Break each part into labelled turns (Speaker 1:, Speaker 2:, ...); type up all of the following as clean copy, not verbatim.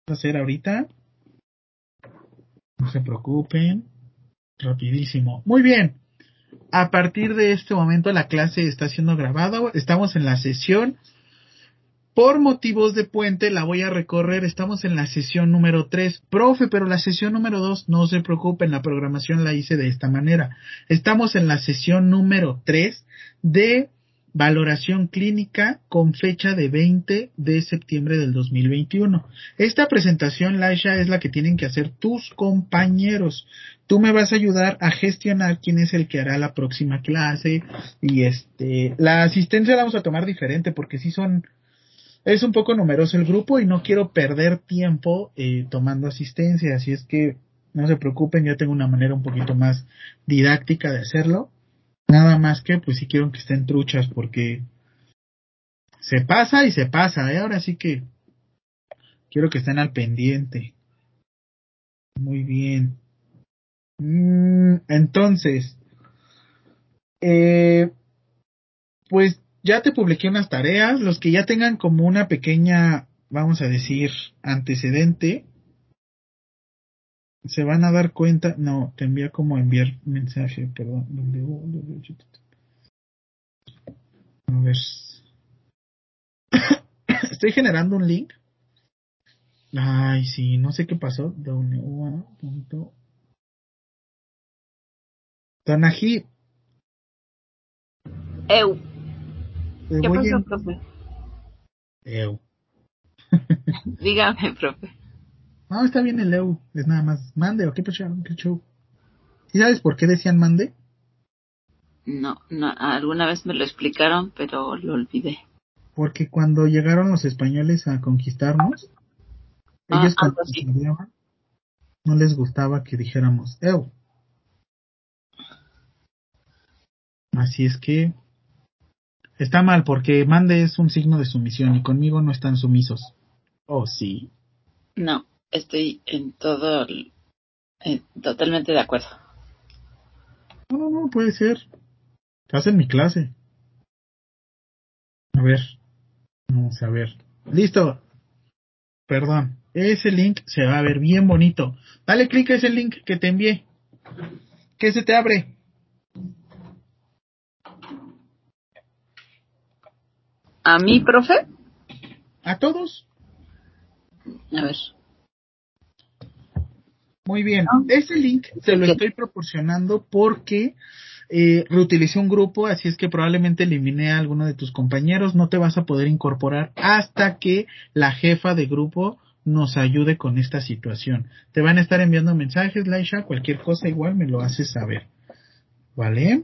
Speaker 1: a hacer ahorita. No se preocupen. Rapidísimo. Muy bien. A partir de este momento la clase está siendo grabada. Estamos en la sesión. Por motivos de puente la voy a recorrer. Estamos en la sesión número 3. Profe, pero la sesión número 2, no se preocupen, la programación la hice de esta manera. Estamos en la sesión número 3 de valoración clínica con fecha de 20 de septiembre del 2021. Esta presentación, Laisha, es la que tienen que hacer tus compañeros. Tú me vas a ayudar a gestionar quién es el que hará la próxima clase y la asistencia la vamos a tomar diferente porque sí es un poco numeroso el grupo y no quiero perder tiempo tomando asistencia, así es que no se preocupen, ya tengo una manera un poquito más didáctica de hacerlo. Nada más que, pues sí quiero que estén truchas porque se pasa y se pasa, ¿eh? Ahora sí que quiero que estén al pendiente. Muy bien. Entonces, pues ya te publiqué unas tareas. Los que ya tengan como una pequeña, vamos a decir, antecedente, se van a dar cuenta. No, te envía como enviar mensaje, perdón. A ver. Estoy generando un link. Ay, sí, no sé qué pasó. Donají,
Speaker 2: Eu.
Speaker 1: te
Speaker 2: ¿Qué
Speaker 1: voy
Speaker 2: pasó,
Speaker 1: en...
Speaker 2: profe?
Speaker 1: Eu.
Speaker 2: Dígame, profe.
Speaker 1: No, está bien el EU. Es nada más. Mande, ¿o qué pasó? ¿Qué show? ¿Y sabes por qué decían mande?
Speaker 2: No, alguna vez me lo explicaron, pero lo olvidé.
Speaker 1: Porque cuando llegaron los españoles a conquistarnos, ellos cuando
Speaker 2: Algo
Speaker 1: nos
Speaker 2: así.
Speaker 1: hablaban, no les gustaba que dijéramos EU. Así es que está mal porque mande es un signo de sumisión y conmigo no están sumisos. Oh, sí.
Speaker 2: No, estoy totalmente de acuerdo.
Speaker 1: No, puede ser. Estás en mi clase. A ver, vamos a ver. Listo. Perdón. Ese link se va a ver bien bonito. Dale clic a ese link que te envié. ¿Qué se te abre?
Speaker 2: ¿A mí, profe?
Speaker 1: ¿A todos?
Speaker 2: A ver.
Speaker 1: Muy bien.
Speaker 2: No,
Speaker 1: Ese link te
Speaker 2: sé
Speaker 1: lo
Speaker 2: que
Speaker 1: estoy proporcionando porque reutilicé un grupo, así es que probablemente eliminé a alguno de tus compañeros. No te vas a poder incorporar hasta que la jefa de grupo nos ayude con esta situación. Te van a estar enviando mensajes, Laisha, cualquier cosa igual me lo haces saber. ¿Vale?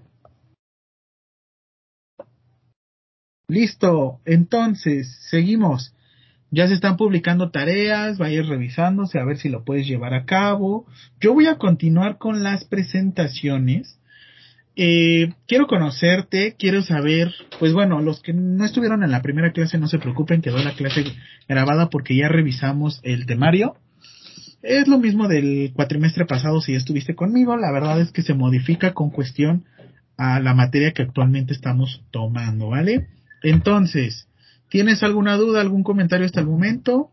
Speaker 1: Listo. Entonces, seguimos. Ya se están publicando tareas, vayas revisándose a ver si lo puedes llevar a cabo. Yo voy a continuar con las presentaciones. Quiero conocerte, quiero saber, pues bueno, los que no estuvieron en la primera clase no se preocupen, quedó la clase grabada porque ya revisamos el temario. Es lo mismo del cuatrimestre pasado si ya estuviste conmigo, la verdad es que se modifica con cuestión a la materia que actualmente estamos tomando, ¿vale? Entonces, ¿tienes alguna duda, algún comentario hasta el momento?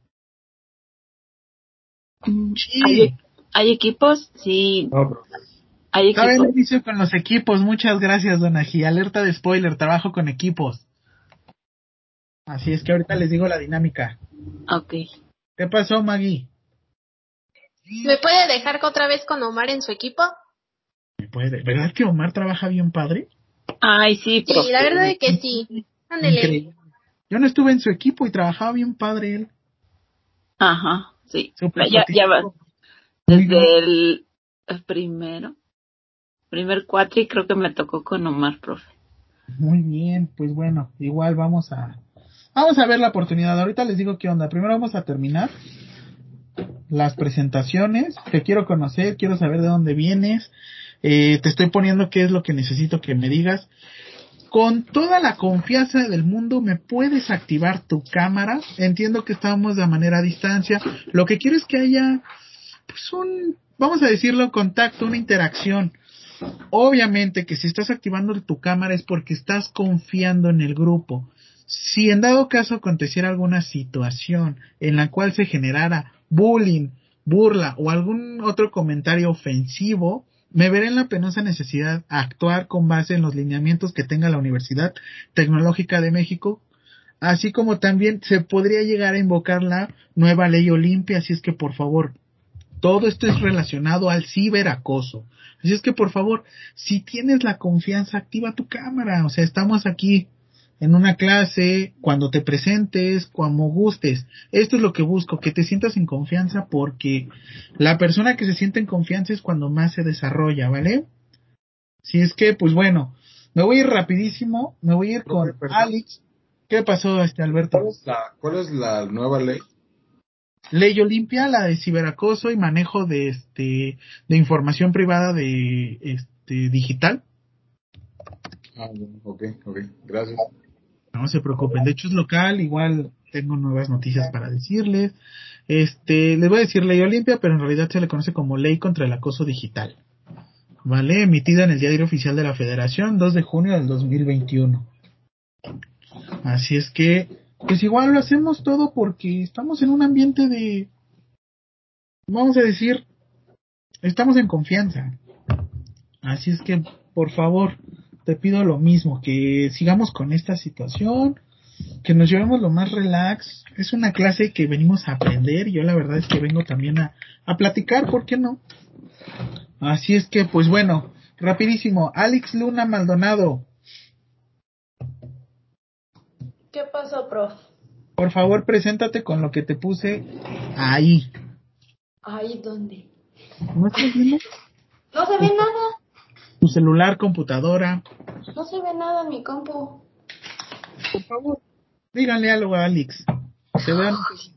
Speaker 2: ¿Hay,
Speaker 1: Sí.
Speaker 2: hay equipos? Sí,
Speaker 1: No.
Speaker 2: hay
Speaker 1: Todavía no
Speaker 2: equipos.
Speaker 1: inicio con los equipos, muchas gracias, Donají. Alerta de spoiler, trabajo con equipos. Así es que ahorita les digo la dinámica.
Speaker 2: Ok.
Speaker 1: ¿Qué pasó, Maggie?
Speaker 3: ¿Me puede dejar otra vez con Omar en su equipo?
Speaker 1: ¿Me puede? ¿Verdad que Omar trabaja bien padre?
Speaker 2: Ay, sí,
Speaker 3: Sí, la
Speaker 2: profe.
Speaker 3: verdad es que sí. Ándele.
Speaker 1: Increíble. Yo no estuve en su equipo y trabajaba bien padre él.
Speaker 2: Ajá, sí.
Speaker 1: Súper
Speaker 2: Ya va.
Speaker 1: cotidiano, muy
Speaker 2: Desde
Speaker 1: bien.
Speaker 2: el primer cuatri creo que me tocó con Omar, profe.
Speaker 1: Muy bien, pues bueno, igual vamos a ver la oportunidad. Ahorita les digo qué onda. Primero vamos a terminar las presentaciones. Te quiero conocer, quiero saber de dónde vienes. Te estoy poniendo qué es lo que necesito que me digas. Con toda la confianza del mundo me puedes activar tu cámara. Entiendo que estamos de manera a distancia. Lo que quiero es que haya pues vamos a decirlo, contacto, una interacción. Obviamente que si estás activando tu cámara es porque estás confiando en el grupo. Si en dado caso aconteciera alguna situación en la cual se generara bullying, burla o algún otro comentario ofensivo, me veré en la penosa necesidad de actuar con base en los lineamientos que tenga la Universidad Tecnológica de México, así como también se podría llegar a invocar la nueva ley Olimpia, así es que por favor, todo esto es relacionado al ciberacoso. Así es que por favor, si tienes la confianza, activa tu cámara. O sea, estamos aquí en una clase, cuando te presentes, como gustes. Esto es lo que busco, que te sientas en confianza, porque la persona que se siente en confianza es cuando más se desarrolla, ¿vale? Si es que, pues bueno, me voy a ir rapidísimo, me voy a ir con Alex. ¿Qué pasó, Alberto?
Speaker 4: ¿Cuál es la nueva ley?
Speaker 1: Ley Olimpia, la de ciberacoso y manejo de información privada digital.
Speaker 4: Ok, gracias.
Speaker 1: No se preocupen, de hecho es local, igual tengo nuevas noticias para decirles. Les voy a decir Ley Olimpia, pero en realidad se le conoce como Ley contra el Acoso Digital. ¿Vale? Emitida en el Diario Oficial de la Federación, 2 de junio del 2021. Así es que, pues igual lo hacemos todo porque estamos en un ambiente de, vamos a decir, estamos en confianza. Así es que, por favor, te pido lo mismo, que sigamos con esta situación, que nos llevemos lo más relax. Es una clase que venimos a aprender. Yo la verdad es que vengo también a platicar, ¿por qué no? Así es que, pues bueno, rapidísimo. Alex Luna Maldonado.
Speaker 3: ¿Qué pasó, prof?
Speaker 1: Por favor, preséntate con lo que te puse ahí.
Speaker 3: ¿Ahí dónde?
Speaker 1: ¿No estás viendo?
Speaker 3: No se ve nada.
Speaker 1: Tu celular, computadora.
Speaker 3: No se ve nada en mi compu.
Speaker 1: Por favor, díganle algo a Alex. Se vean.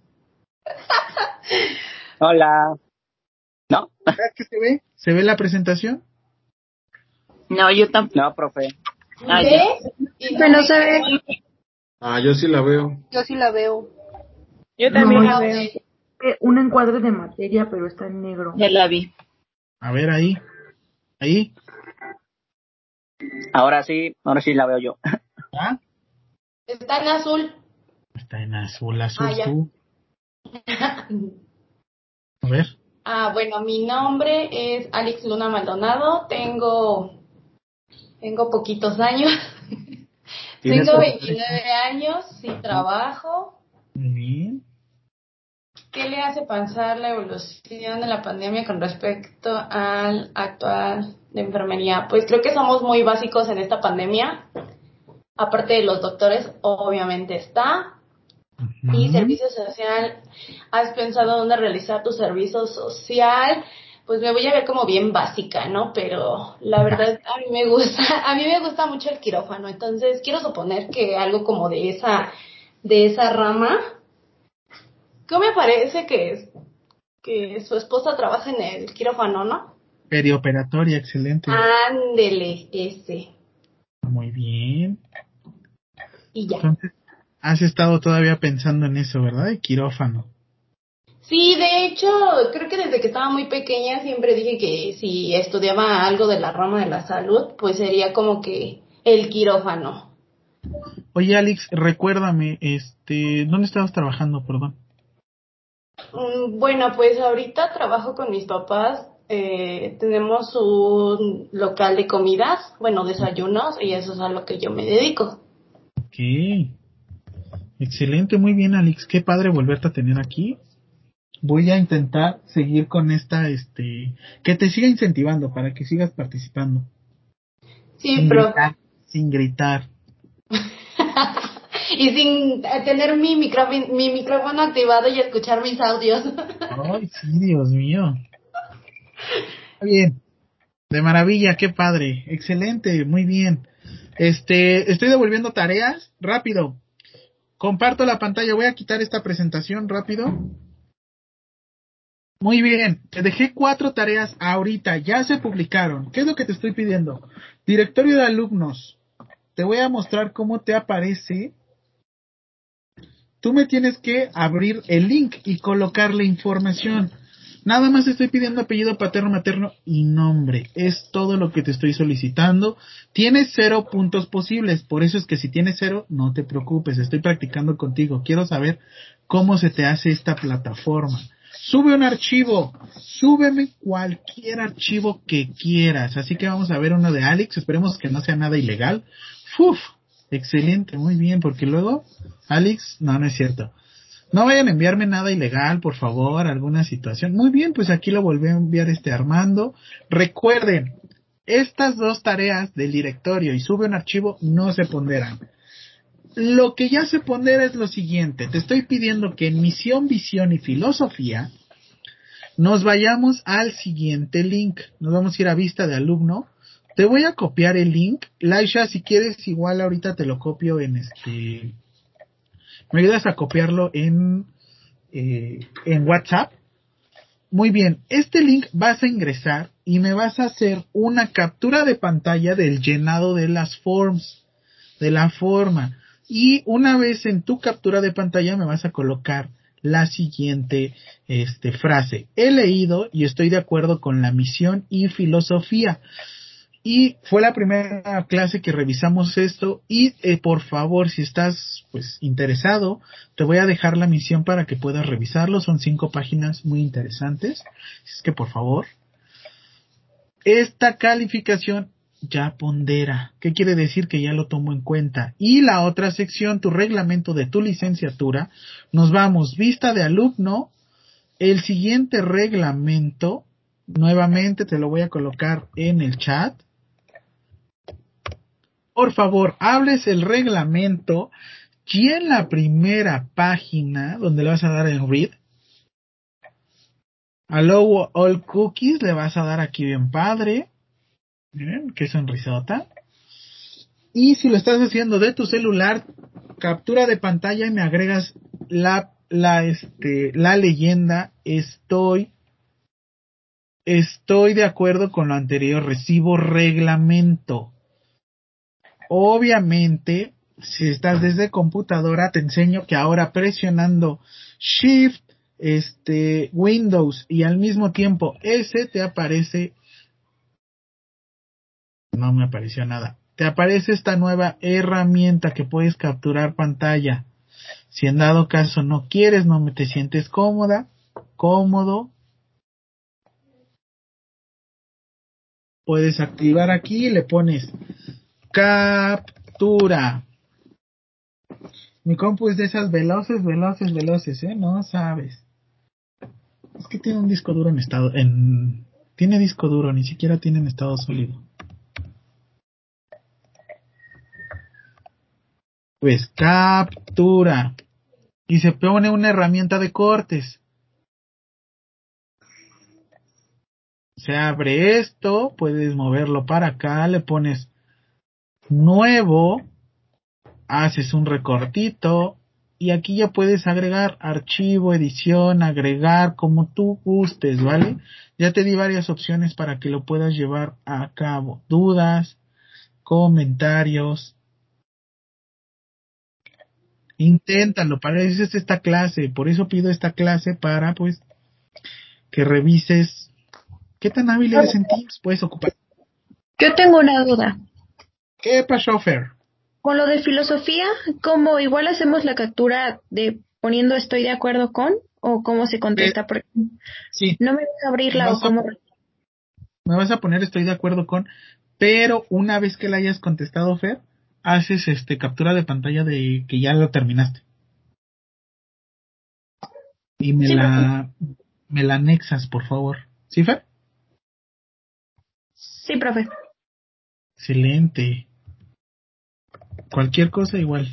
Speaker 5: Hola. ¿No?
Speaker 1: ¿Qué se ve? ¿Se ve la presentación?
Speaker 2: No, yo tampoco.
Speaker 5: No, profe.
Speaker 3: ¿Ves? Y no se ve.
Speaker 4: Yo sí la veo.
Speaker 6: Yo sí la veo.
Speaker 2: Yo también
Speaker 3: la
Speaker 2: la veo.
Speaker 6: Un encuadre de materia, pero está en negro.
Speaker 2: Ya la vi.
Speaker 1: A ver, ahí. Ahí.
Speaker 5: Ahora sí la veo yo.
Speaker 1: ¿Ah?
Speaker 3: Está en azul.
Speaker 1: Está en azul,
Speaker 3: Ya.
Speaker 1: tú. A ver.
Speaker 3: Bueno, mi nombre es Alex Luna Maldonado. Tengo poquitos años. Tengo 29 años, sí trabajo.
Speaker 1: Muy bien.
Speaker 3: ¿Qué le hace pensar la evolución de la pandemia con respecto al actual de enfermería? Pues creo que somos muy básicos en esta pandemia. Aparte de los doctores, obviamente está. Y servicio social, ¿has pensado dónde realizar tu servicio social? Pues me voy a ver como bien básica, ¿no? Pero la verdad a mí me gusta mucho el quirófano, entonces quiero suponer que algo como de esa rama. ¿Qué me parece que su esposa trabaja en el quirófano, no?
Speaker 1: Perioperatoria, excelente.
Speaker 3: Ándele, ese.
Speaker 1: Muy bien.
Speaker 3: Y ya.
Speaker 1: Entonces, has estado todavía pensando en eso, ¿verdad? El quirófano.
Speaker 3: Sí, de hecho, creo que desde que estaba muy pequeña siempre dije que si estudiaba algo de la rama de la salud, pues sería como que el quirófano.
Speaker 1: Oye, Alex, recuérdame, ¿dónde estabas trabajando, perdón?
Speaker 3: Bueno, pues ahorita trabajo con mis papás. Tenemos un local de comidas, bueno, desayunos, y eso es a lo que yo me dedico.
Speaker 1: Ok. Excelente, muy bien, Alex. Qué padre volverte a tener aquí. Voy a intentar seguir con que te siga incentivando para que sigas participando.
Speaker 3: Sí,
Speaker 1: Sin
Speaker 3: pero
Speaker 1: gritar, sin gritar.
Speaker 3: y sin tener mi micrófono activado y escuchar mis audios.
Speaker 1: Ay, sí, Dios mío. Está bien. De maravilla, qué padre. Excelente, muy bien. Estoy devolviendo tareas. Rápido. Comparto la pantalla. Voy a quitar esta presentación rápido. Muy bien. Te dejé 4 tareas ahorita. Ya se publicaron. ¿Qué es lo que te estoy pidiendo? Directorio de alumnos. Te voy a mostrar cómo te aparece. Tú me tienes que abrir el link y colocar la información. Nada más estoy pidiendo apellido paterno, materno y nombre. Es todo lo que te estoy solicitando. Tienes 0 puntos posibles, por eso es que si tienes 0, no te preocupes, estoy practicando contigo. Quiero saber cómo se te hace esta plataforma. Sube un archivo, súbeme cualquier archivo que quieras. Así que vamos a ver uno de Alex, esperemos que no sea nada ilegal. Uf, excelente, muy bien, porque luego, Alex, no es cierto. No vayan a enviarme nada ilegal, por favor, alguna situación. Muy bien, pues aquí lo volví a enviar Armando. Recuerden, estas 2 tareas del directorio y sube un archivo no se ponderan. Lo que ya se pondera es lo siguiente. Te estoy pidiendo que en misión, visión y filosofía nos vayamos al siguiente link. Nos vamos a ir a vista de alumno. Te voy a copiar el link. Laisha, si quieres, igual ahorita te lo copio en me ayudas a copiarlo en WhatsApp. Muy bien, este link vas a ingresar y me vas a hacer una captura de pantalla del llenado de las forms, de la forma. Y una vez en tu captura de pantalla me vas a colocar la siguiente frase. He leído y estoy de acuerdo con la misión y filosofía. Y fue la primera clase que revisamos esto y por favor, si estás pues interesado, te voy a dejar la misión para que puedas revisarlo. Son 5 páginas muy interesantes. Es que por favor, esta calificación ya pondera. ¿Qué quiere decir? Que ya lo tomo en cuenta. Y la otra sección, tu reglamento de tu licenciatura, nos vamos, vista de alumno, el siguiente reglamento, nuevamente te lo voy a colocar en el chat. Por favor, hables el reglamento y en la primera página, donde le vas a dar en read, allow all cookies, le vas a dar aquí bien padre. Miren, qué sonrisota. Y si lo estás haciendo de tu celular, captura de pantalla y me agregas la leyenda, estoy de acuerdo con lo anterior, recibo reglamento. Obviamente, si estás desde computadora, te enseño que ahora presionando Shift, Windows y al mismo tiempo S te aparece, no me apareció nada, te aparece esta nueva herramienta que puedes capturar pantalla. Si en dado caso no quieres, no te sientes cómodo, puedes activar aquí y le pones captura. Mi compu es de esas veloces, no sabes. Es que tiene un disco duro tiene disco duro, ni siquiera tiene en estado sólido. Pues captura. Y se pone una herramienta de cortes. Se abre esto, puedes moverlo para acá, le pones nuevo, haces un recortito y aquí ya puedes agregar archivo, edición, agregar como tú gustes, ¿vale? Ya te di varias opciones para que lo puedas llevar a cabo. Dudas, comentarios. Inténtalo, para eso es esta clase, por eso pido esta clase para pues que revises qué tan hábil eres en Teams, puedes ocupar.
Speaker 6: Yo tengo una duda.
Speaker 1: ¿Qué pasó, Fer?
Speaker 6: Con lo de filosofía, ¿cómo igual hacemos la captura de poniendo estoy de acuerdo con o cómo se contesta? Porque
Speaker 1: Sí.
Speaker 6: no me deja abrirla o cómo.
Speaker 1: Me vas a poner estoy de acuerdo con, pero una vez que la hayas contestado, Fer, haces captura de pantalla de que ya lo terminaste. Y me la anexas, por favor. ¿Sí, Fer?
Speaker 6: Sí, profe.
Speaker 1: Excelente. Cualquier cosa igual.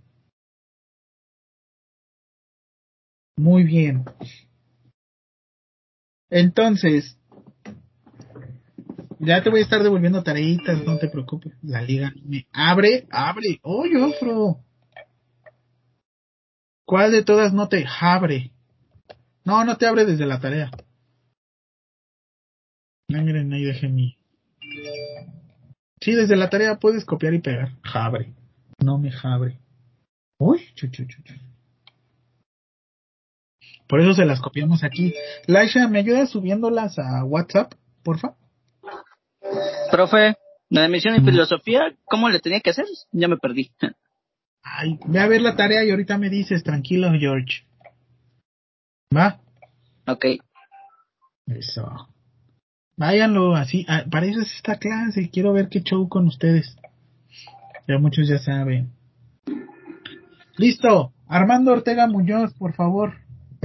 Speaker 1: Muy bien. Entonces, ya te voy a estar devolviendo tareitas, no te preocupes. La liga me abre. Oye, Ofro. ¿Cuál de todas no te abre? No te abre desde la tarea. No, miren, ahí dejé mi. Sí, desde la tarea puedes copiar y pegar. Jabre. No me jabre. Uy, Por eso se las copiamos aquí. Laisha, ¿me ayudas subiéndolas a WhatsApp, porfa?
Speaker 5: Profe, la emisión en filosofía, ¿cómo le tenía que hacer? Ya me perdí.
Speaker 1: Ay, ve a ver la tarea y ahorita me dices, tranquilo, George. ¿Va?
Speaker 5: Ok.
Speaker 1: Eso. Váyanlo así. Para eso es esta clase. Quiero ver qué show con ustedes. Ya muchos ya saben. Listo. Armando Ortega Muñoz, por favor.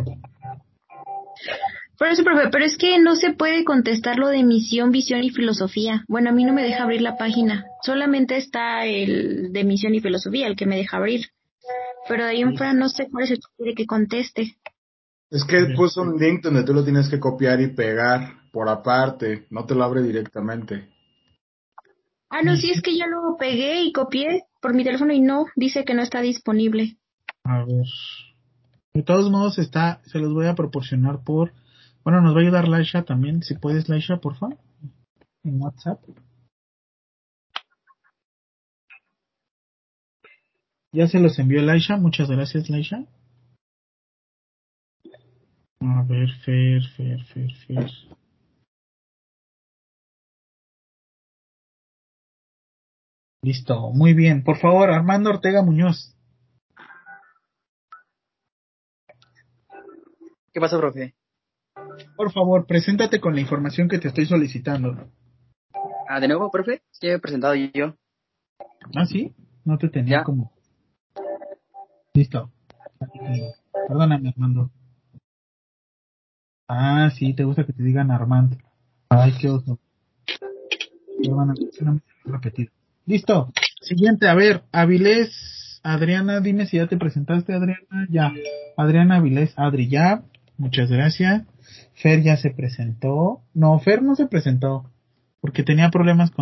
Speaker 6: Por eso, profe, pero es que no se puede contestar lo de misión, visión y filosofía. Bueno, a mí no me deja abrir la página. Solamente está el de misión y filosofía, el que me deja abrir. Pero de ahí en fuera no sé cuál es el que quiere que conteste.
Speaker 4: Es que puso un link donde tú lo tienes que copiar y pegar por aparte, no te lo abre directamente.
Speaker 6: Ah, no, sí, es que ya lo pegué y copié por mi teléfono y no, dice que no está disponible.
Speaker 1: A ver. De todos modos se los voy a proporcionar por... Bueno, nos va a ayudar Laisha también. Si puedes, Laisha, por favor. En WhatsApp. Ya se los envió Laisha. Muchas gracias, Laisha. A ver, Fer. Listo, muy bien. Por favor, Armando Ortega Muñoz.
Speaker 5: ¿Qué pasa, profe?
Speaker 1: Por favor, preséntate con la información que te estoy solicitando.
Speaker 5: Ah, de nuevo, profe. Ya he presentado yo.
Speaker 1: ¿Ah, sí? No te tenía
Speaker 5: Ya.
Speaker 1: como... Listo. Perdóname, Armando. Ah, sí, te gusta que te digan Armando. Ay, qué oso. Perdóname, no me he repetido. Listo. Siguiente, a ver, Avilés, Adriana, dime si ya te presentaste, Adriana. Ya. Adriana Avilés, Adri, ya. Muchas gracias. Fer ya se presentó. No, Fer no se presentó. Porque tenía problemas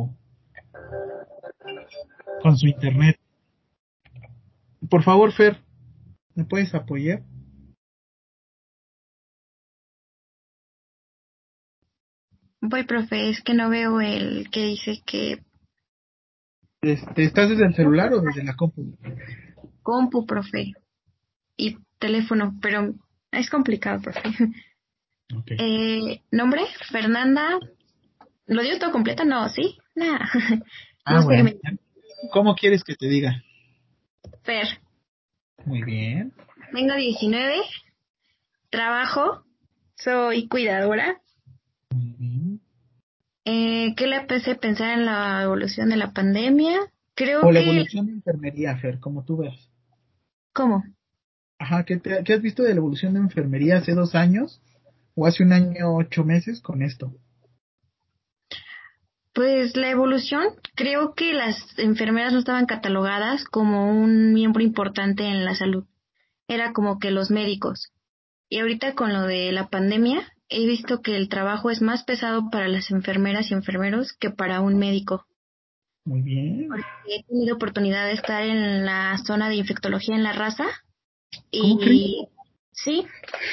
Speaker 1: con su internet. Por favor, Fer, ¿me puedes apoyar?
Speaker 6: Voy, profe, es que no veo el que dice que
Speaker 1: ¿Estás desde el celular o desde la compu?
Speaker 6: compu, profe, y teléfono, pero es complicado, profe.
Speaker 1: Ok.
Speaker 6: Nombre, Fernanda. ¿Lo dio todo completo? No, ¿sí? Nah.
Speaker 1: Ah, bueno.
Speaker 6: Búsqueme.
Speaker 1: ¿Cómo quieres que te diga?
Speaker 6: Fer.
Speaker 1: Muy bien.
Speaker 6: Vengo 19. Trabajo. Soy cuidadora.
Speaker 1: Muy bien.
Speaker 6: ¿Qué le hace pensar en la evolución de la pandemia?
Speaker 1: O
Speaker 6: Creo
Speaker 1: la
Speaker 6: que...
Speaker 1: evolución de enfermería, Fer, como tú veas.
Speaker 6: ¿Cómo?
Speaker 1: Ajá, ¿qué has visto de la evolución de enfermería hace 2 años? ¿O hace 1 año, 8 meses con esto?
Speaker 6: Pues la evolución, creo que las enfermeras no estaban catalogadas como un miembro importante en la salud. Era como que los médicos. Y ahorita con lo de la pandemia, he visto que el trabajo es más pesado para las enfermeras y enfermeros que para un médico.
Speaker 1: Muy bien.
Speaker 6: He tenido oportunidad de estar en la zona de infectología en La Raza
Speaker 1: ¿Cómo crees?
Speaker 6: y sí,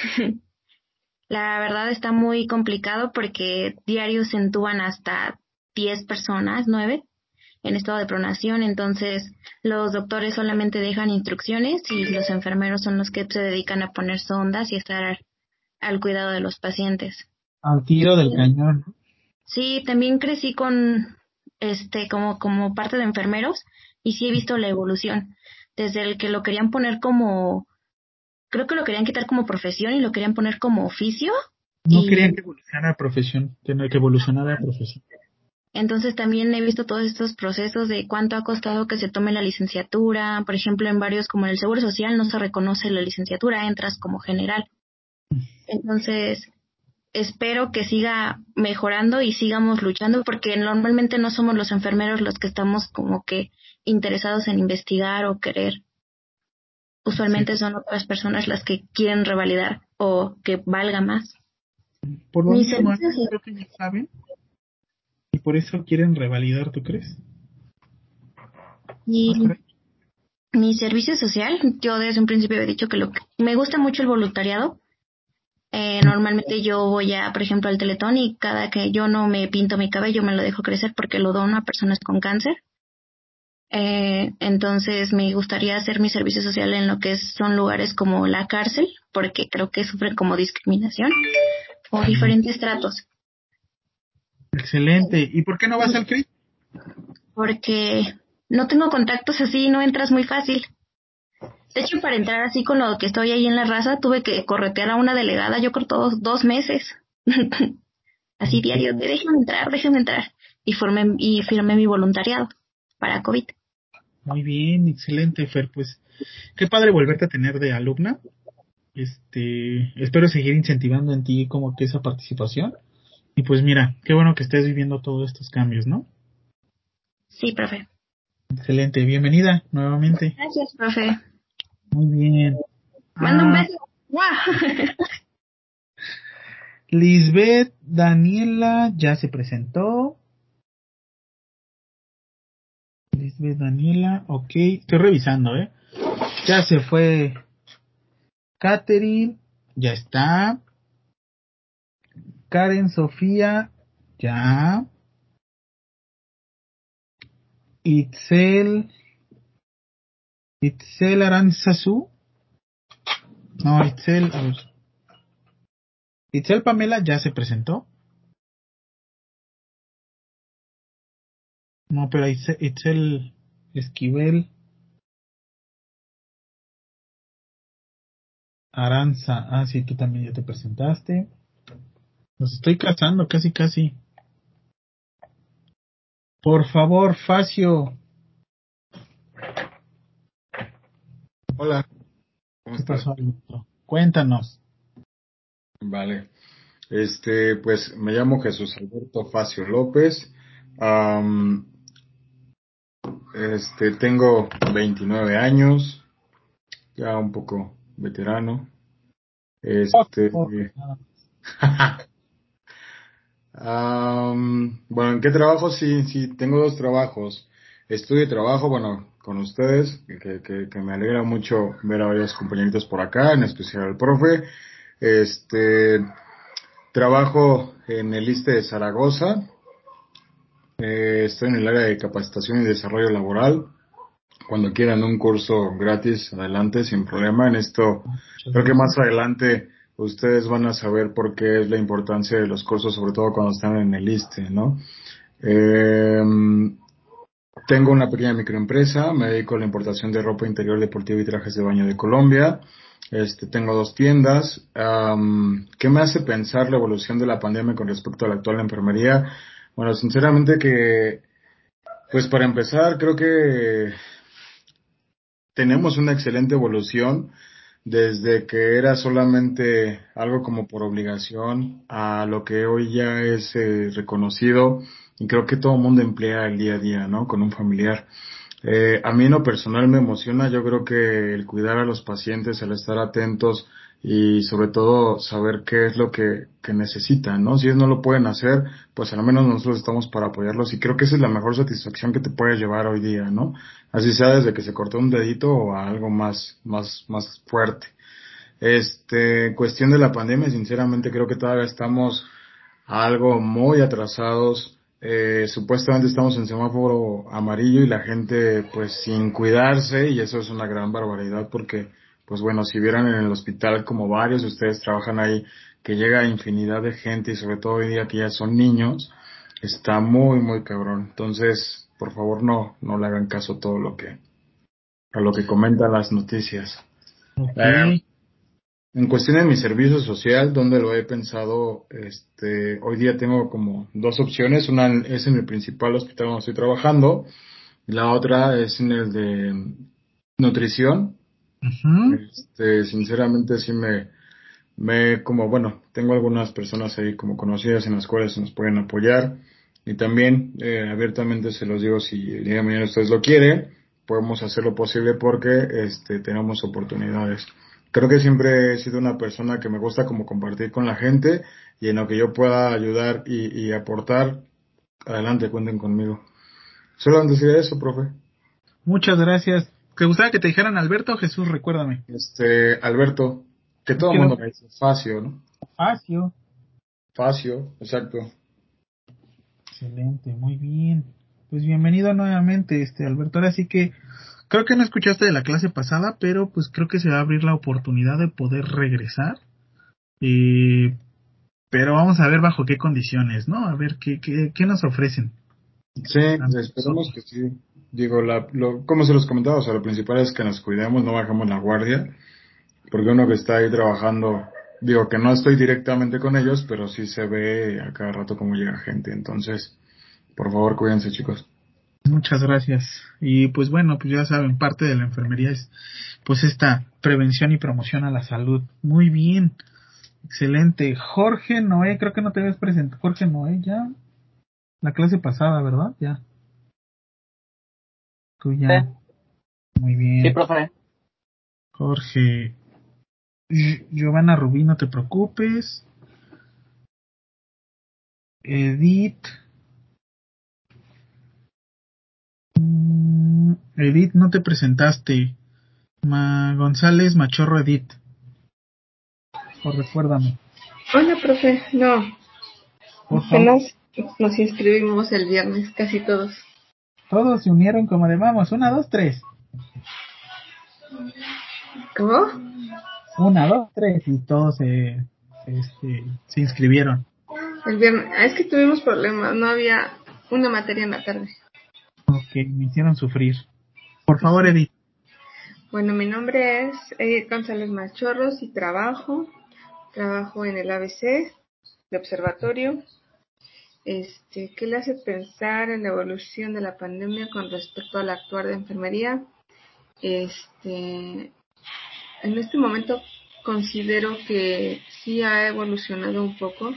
Speaker 6: la verdad está muy complicado porque diario se entuban hasta 10 personas, 9, en estado de pronación, entonces los doctores solamente dejan instrucciones y los enfermeros son los que se dedican a poner sondas y estar al cuidado de los pacientes.
Speaker 1: Al tiro del cañón.
Speaker 6: Sí, también crecí con como parte de enfermeros y sí he visto la evolución. Desde el que lo querían poner como, creo que lo querían quitar como profesión y lo querían poner como oficio.
Speaker 1: No querían que evolucionara la profesión, tener que evolucionar la profesión.
Speaker 6: Entonces también he visto todos estos procesos de cuánto ha costado que se tome la licenciatura. Por ejemplo, en varios como en el Seguro Social no se reconoce la licenciatura, entras como general. Entonces, espero que siga mejorando y sigamos luchando porque normalmente no somos los enfermeros los que estamos como que interesados en investigar o querer. Usualmente son otras personas las que quieren revalidar o que valga más.
Speaker 1: Por lo
Speaker 6: Mis
Speaker 1: mismo,
Speaker 6: servicios
Speaker 1: creo que ya saben y por eso quieren revalidar, ¿tú crees?
Speaker 6: y
Speaker 1: ¿Más correcto?
Speaker 6: mi servicio social, yo desde un principio he dicho que lo que me gusta mucho el voluntariado. Normalmente yo voy por ejemplo, al Teletón y cada que yo no me pinto mi cabello me lo dejo crecer porque lo dono a personas con cáncer. Entonces me gustaría hacer mi servicio social en lo que son lugares como la cárcel, porque creo que sufren como discriminación o diferentes tratos.
Speaker 1: Excelente. ¿Y por qué no vas al CRIT?
Speaker 6: Porque no tengo contactos así, no entras muy fácil. De hecho, para entrar así con lo que estoy ahí en la raza, tuve que corretear a una delegada, yo creo todos 2 meses. Así diario, de déjenme entrar. Y firmé mi voluntariado para COVID.
Speaker 1: Muy bien, excelente, Fer. Pues qué padre volverte a tener de alumna. Espero seguir incentivando en ti como que esa participación. Y pues mira, qué bueno que estés viviendo todos estos cambios, ¿no?
Speaker 6: Sí, profe.
Speaker 1: Excelente, bienvenida nuevamente.
Speaker 6: Gracias, profe.
Speaker 1: Muy bien.
Speaker 6: Manda un beso. ¡Guau!
Speaker 1: Lisbeth Daniela ya se presentó. Lisbeth Daniela, ok. Estoy revisando, Ya se fue Catherine, ya está. Karen Sofía, ya. Itzel Aranzazu. No, Itzel, a ver. Itzel Pamela ya se presentó. No, pero Itzel Esquivel Aranza. Ah, sí, tú también ya te presentaste. Los estoy cazando casi, casi. Por favor, Facio.
Speaker 4: Hola, ¿cómo
Speaker 1: ¿Qué
Speaker 4: estás?
Speaker 1: pasó, Alberto? Cuéntanos.
Speaker 4: Vale. Pues me llamo Jesús Alberto Facio López. Am, Tengo 29 años, ya un poco veterano. Este, bueno, ¿en qué trabajo? Sí, sí, tengo 2 trabajos. Estudio y trabajo, bueno, con ustedes, que me alegra mucho ver a varios compañeritos por acá, en especial al profe. Este, Trabajo en el ISSSTE de Zaragoza. Estoy en el área de capacitación y desarrollo laboral. Cuando quieran un curso gratis, adelante, sin problema. En esto,
Speaker 1: Muchas
Speaker 4: creo que
Speaker 1: gracias.
Speaker 4: más adelante ustedes van a saber por qué es la importancia de los cursos, sobre todo cuando están en el ISSSTE, ¿no? Eh, Tengo una pequeña microempresa, me dedico a la importación de ropa interior deportiva y trajes de baño de Colombia. Tengo 2 tiendas. ¿Qué me hace pensar la evolución de la pandemia con respecto a la actual enfermería? Bueno, sinceramente que, pues para empezar, creo que tenemos una excelente evolución desde que era solamente algo como por obligación a lo que hoy ya es reconocido y creo que todo el mundo emplea el día a día, ¿no? Con un familiar. A mí en lo personal me emociona, yo creo que el cuidar a los pacientes, el estar atentos y sobre todo saber qué es lo que necesitan, ¿no? Si ellos no lo pueden hacer, pues al menos nosotros estamos para apoyarlos y creo que esa es la mejor satisfacción que te puedes llevar hoy día, ¿no? Así sea desde que se cortó un dedito o a algo más fuerte. Cuestión de la pandemia, sinceramente creo que todavía estamos algo muy atrasados. Supuestamente estamos en semáforo amarillo y la gente pues sin cuidarse y eso es una gran barbaridad porque pues bueno, si vieran en el hospital como varios de ustedes trabajan ahí, que llega infinidad de gente y sobre todo hoy día que ya son niños, está muy cabrón. Entonces, por favor no le hagan caso a todo a lo que comentan las noticias.
Speaker 1: Ok.
Speaker 4: En cuestión de mi servicio social, donde lo he pensado, hoy día tengo como 2 opciones. Una es en el principal hospital donde estoy trabajando, y la otra es en el de nutrición.
Speaker 1: Ujú.
Speaker 4: Sinceramente sí como, bueno, tengo algunas personas ahí como conocidas en las cuales nos pueden apoyar. Y también, abiertamente se los digo, si el día de mañana ustedes lo quieren, podemos hacer lo posible porque, tenemos oportunidades. Creo que siempre he sido una persona que me gusta como compartir con la gente y en lo que yo pueda ayudar y aportar, adelante, cuenten conmigo. Solo decir eso, profe.
Speaker 1: Muchas gracias. ¿Te gustaría que te dijeran Alberto o Jesús? Recuérdame.
Speaker 4: Alberto, que
Speaker 1: Es
Speaker 4: todo el
Speaker 1: que no.
Speaker 4: mundo me dice Facio, ¿no?
Speaker 1: Facio.
Speaker 4: Facio, exacto.
Speaker 1: Excelente, muy bien. Pues bienvenido nuevamente, Alberto. Ahora sí que creo que no escuchaste de la clase pasada, pero pues creo que se va a abrir la oportunidad de poder regresar. Pero vamos a ver bajo qué condiciones, ¿no? A ver qué nos ofrecen.
Speaker 4: Sí, esperemos que sí. Digo, como se los comentaba, o sea, lo principal es que nos cuidemos, no bajamos la guardia, porque uno que está ahí trabajando, digo que no estoy directamente con ellos, pero sí se ve a cada rato cómo llega gente. Entonces, por favor, cuídense, chicos.
Speaker 1: Muchas gracias. Y pues bueno, pues ya saben, parte de la enfermería es pues esta prevención y promoción a la salud. Muy bien. Excelente. Jorge Noé, creo que no te habías presentado. Jorge Noé, ya. La clase pasada, ¿verdad? Ya. Tú ya. Muy bien.
Speaker 5: Sí, profe.
Speaker 1: Jorge. Giovanna Rubí, no te preocupes. Edith. Edith, no te presentaste. González Machorro Edith. O recuérdame.
Speaker 7: Hola, profe. No,
Speaker 1: Por favor.
Speaker 7: apenas nos inscribimos el viernes, casi todos.
Speaker 1: Todos se unieron como de vamos. 1, 2, 3.
Speaker 7: ¿Cómo?
Speaker 1: 1, 2, 3. Y todos se inscribieron.
Speaker 7: El viernes. Es que tuvimos problemas, no había una materia en la tarde.
Speaker 1: Ok, me hicieron sufrir. Por favor, Edith.
Speaker 7: Bueno, mi nombre es Edith González Machorros y trabajo en el ABC de observatorio. ¿Qué le hace pensar en la evolución de la pandemia con respecto al actuar de enfermería? En este momento considero que sí ha evolucionado un poco.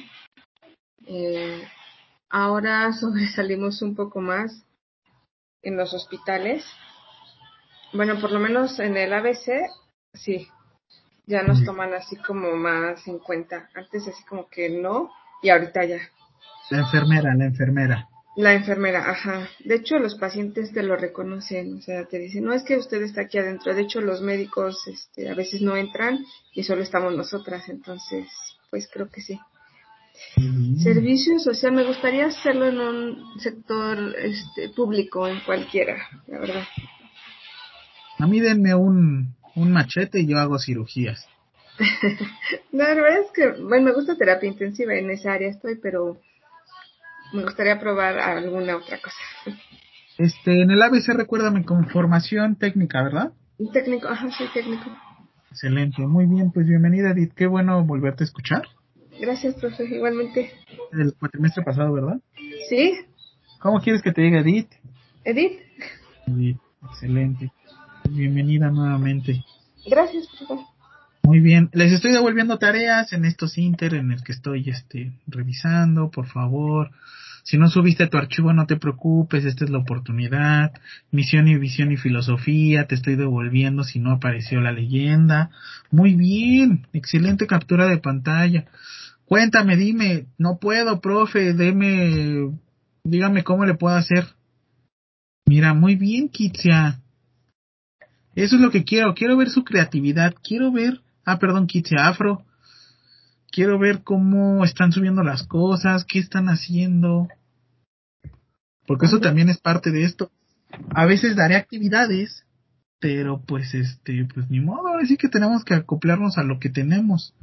Speaker 7: Ahora sobresalimos un poco más en los hospitales. Bueno, por lo menos en el ABC, sí, ya nos toman así como más en cuenta. Antes así como que no, y ahorita ya.
Speaker 1: La enfermera.
Speaker 7: La enfermera, ajá. De hecho, los pacientes te lo reconocen, o sea, te dicen, no es que usted está aquí adentro. De hecho, los médicos a veces no entran y solo estamos nosotras, entonces, pues creo que sí. Servicio social, me gustaría hacerlo en un sector público, en cualquiera, la verdad.
Speaker 1: A mí denme un machete y yo hago cirugías.
Speaker 7: La verdad es que, bueno, me gusta terapia intensiva, en esa área estoy, pero me gustaría probar alguna otra cosa.
Speaker 1: En el ABC recuérdame con formación técnica, ¿verdad?
Speaker 7: Un técnico, ajá, soy técnico.
Speaker 1: Excelente, muy bien, pues bienvenida Edith, qué bueno volverte a escuchar.
Speaker 7: Gracias, profe, igualmente.
Speaker 1: El cuatrimestre pasado, ¿verdad?
Speaker 7: ¿Sí?
Speaker 1: ¿Cómo quieres que te diga Edith?
Speaker 7: Edith.
Speaker 1: Edith, excelente. Bienvenida nuevamente.
Speaker 7: Gracias, profe.
Speaker 1: Muy bien, les estoy devolviendo tareas en estos inter en el que estoy revisando, por favor. Si no subiste tu archivo, no te preocupes, esta es la oportunidad. Misión y visión y filosofía, te estoy devolviendo si no apareció la leyenda. Muy bien, excelente captura de pantalla. Cuéntame, dime, no puedo, profe, dígame cómo le puedo hacer. Mira, muy bien, Kitsia. Eso es lo que quiero ver su creatividad, Kitsia Afro. Quiero ver cómo están subiendo las cosas, qué están haciendo. Porque eso también es parte de esto. A veces daré actividades, pero pues pues ni modo, así que tenemos que acoplarnos a lo que tenemos.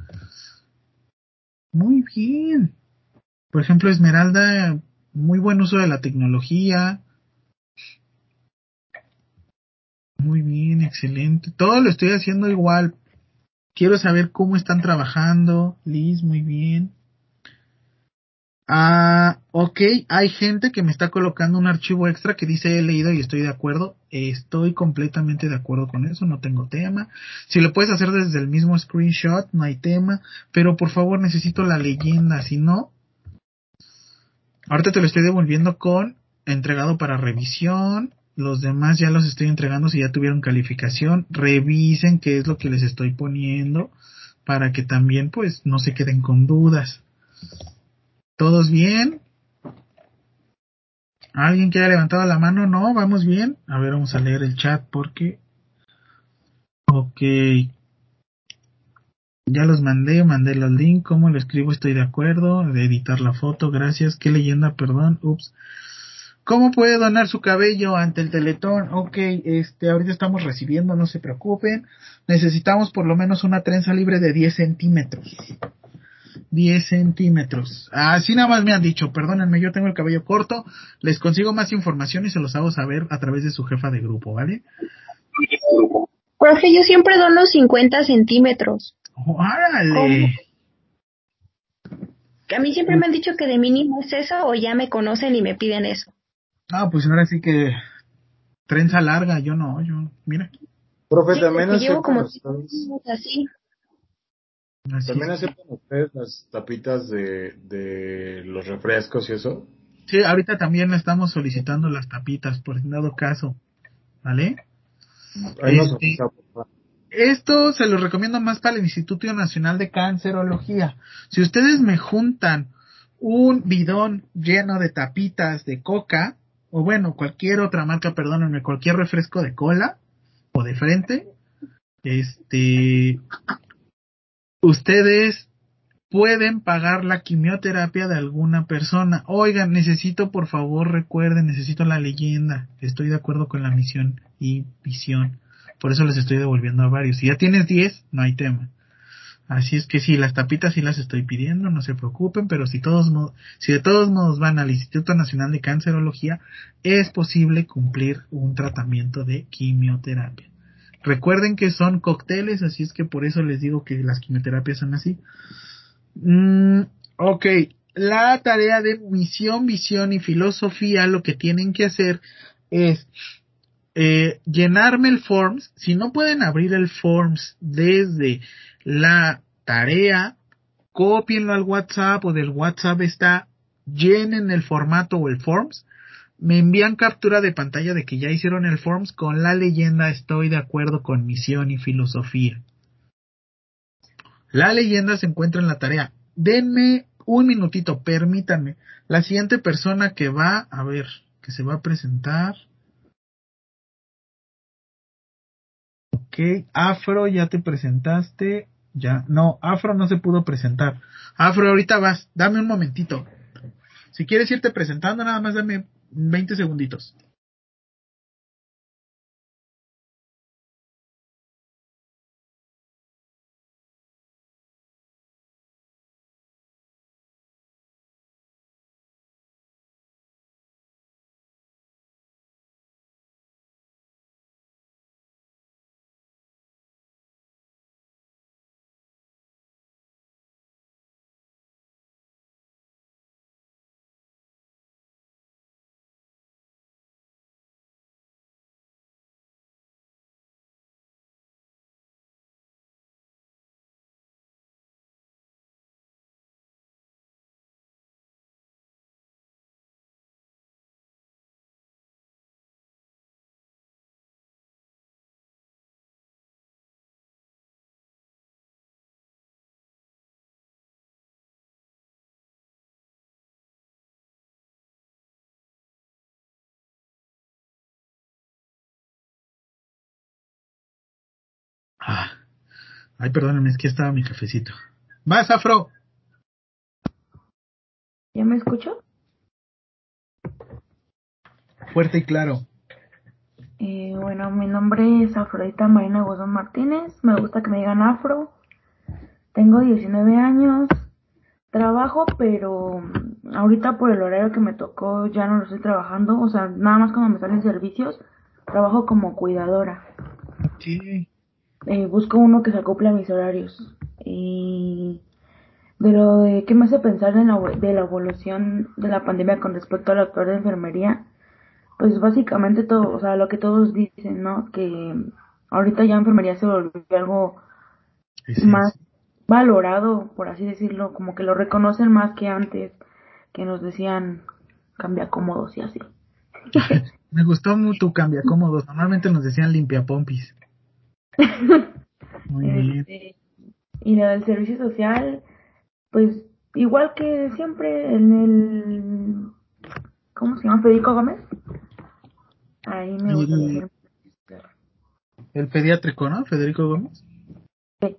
Speaker 1: Muy bien. Por ejemplo, Esmeralda, muy buen uso de la tecnología. Muy bien, excelente. Todo lo estoy haciendo igual. Quiero saber cómo están trabajando. Liz, muy bien. Ok, hay gente que me está colocando un archivo extra que dice he leído y estoy de acuerdo. Estoy completamente de acuerdo con eso, no tengo tema. Si lo puedes hacer desde el mismo screenshot, no hay tema. Pero por favor necesito la leyenda, si no... Ahorita te lo estoy devolviendo con entregado para revisión. Los demás ya los estoy entregando si ya tuvieron calificación. Revisen qué es lo que les estoy poniendo para que también pues no se queden con dudas. ¿Todos bien? ¿Alguien que haya levantado la mano? No, vamos bien. A ver, vamos a leer el chat porque... Ok. Ya los mandé los links. ¿Cómo lo escribo? Estoy de acuerdo. De editar la foto, gracias. ¿Qué leyenda? Perdón. Ups. ¿Cómo puede donar su cabello ante el Teletón? Ok, ahorita estamos recibiendo, no se preocupen. Necesitamos por lo menos una trenza libre de 10 centímetros. 10 centímetros. Así nada más me han dicho, perdónenme, yo tengo el cabello corto, les consigo más información y se los hago saber a través de su jefa de grupo, ¿vale?
Speaker 6: Profe, yo siempre dono 50 centímetros.
Speaker 1: ¡Órale!
Speaker 6: A mí siempre me han dicho que de mínimo es eso o ya me conocen y me piden eso.
Speaker 1: Pues ahora sí que trenza larga, mira.
Speaker 4: Profe,
Speaker 6: Sí,
Speaker 4: también
Speaker 6: porque llevo
Speaker 4: aceptan
Speaker 6: como
Speaker 4: ustedes,
Speaker 6: así.
Speaker 1: Así
Speaker 4: también
Speaker 1: es.
Speaker 4: aceptan ustedes las tapitas de los refrescos y eso.
Speaker 1: Sí, ahorita también estamos solicitando las tapitas, por si dado caso, ¿vale?
Speaker 4: Ahí nos avisa, por favor.
Speaker 1: Esto se los recomiendo más para el Instituto Nacional de Cancerología. Si ustedes me juntan un bidón lleno de tapitas de coca, o bueno, cualquier otra marca, perdónenme, cualquier refresco de cola o de frente, ustedes pueden pagar la quimioterapia de alguna persona. Oigan, necesito, por favor, recuerden, necesito la leyenda. Estoy de acuerdo con la misión y visión. Por eso les estoy devolviendo a varios. Si ya tienes 10, no hay tema. Así es que sí, las tapitas sí las estoy pidiendo, no se preocupen, pero si de todos modos van al Instituto Nacional de Cancerología, es posible cumplir un tratamiento de quimioterapia. Recuerden que son cócteles, así es que por eso les digo que las quimioterapias son así. Ok, la tarea de misión, visión y filosofía, lo que tienen que hacer es llenarme el forms. Si no pueden abrir el forms desde la tarea, cópienlo al WhatsApp o del WhatsApp está, llenen el formato o el forms, me envían captura de pantalla de que ya hicieron el forms con la leyenda estoy de acuerdo con misión y filosofía. La leyenda se encuentra en la tarea. Denme un minutito, permítanme. La siguiente persona que que se va a presentar. Ok, Afro, ya te presentaste. Ya, no, Afro no se pudo presentar. Afro, ahorita vas, dame un momentito. Si quieres irte presentando, nada más dame 20 segunditos. Ay, perdóname, es que estaba mi cafecito. Vas, Afro.
Speaker 8: ¿Ya me escucho?
Speaker 1: Fuerte y claro.
Speaker 8: Bueno, mi nombre es Afrodita Marina Guzmán Martínez. Me gusta que me digan Afro. Tengo 19 años. Trabajo, pero ahorita por el horario que me tocó ya no lo estoy trabajando. O sea, nada más cuando me salen servicios, trabajo como cuidadora.
Speaker 1: Sí.
Speaker 8: Busco uno que se acople a mis horarios. Y de lo de que me hace pensar de la evolución de la pandemia con respecto al actuar de enfermería, pues básicamente todo, o sea, lo que todos dicen, ¿no? Que ahorita ya enfermería se volvió algo más valorado, por así decirlo, como que lo reconocen más que antes, que nos decían cambia cómodos y así.
Speaker 1: Me gustó mucho tu cambia cómodos. Normalmente nos decían limpia pompis. Muy bien.
Speaker 8: Y lo del servicio social, pues igual que siempre en el, ¿cómo se llama? Federico Gómez. Ahí me gusta hacer.
Speaker 1: El pediátrico, ¿no? Federico Gómez.
Speaker 8: Sí.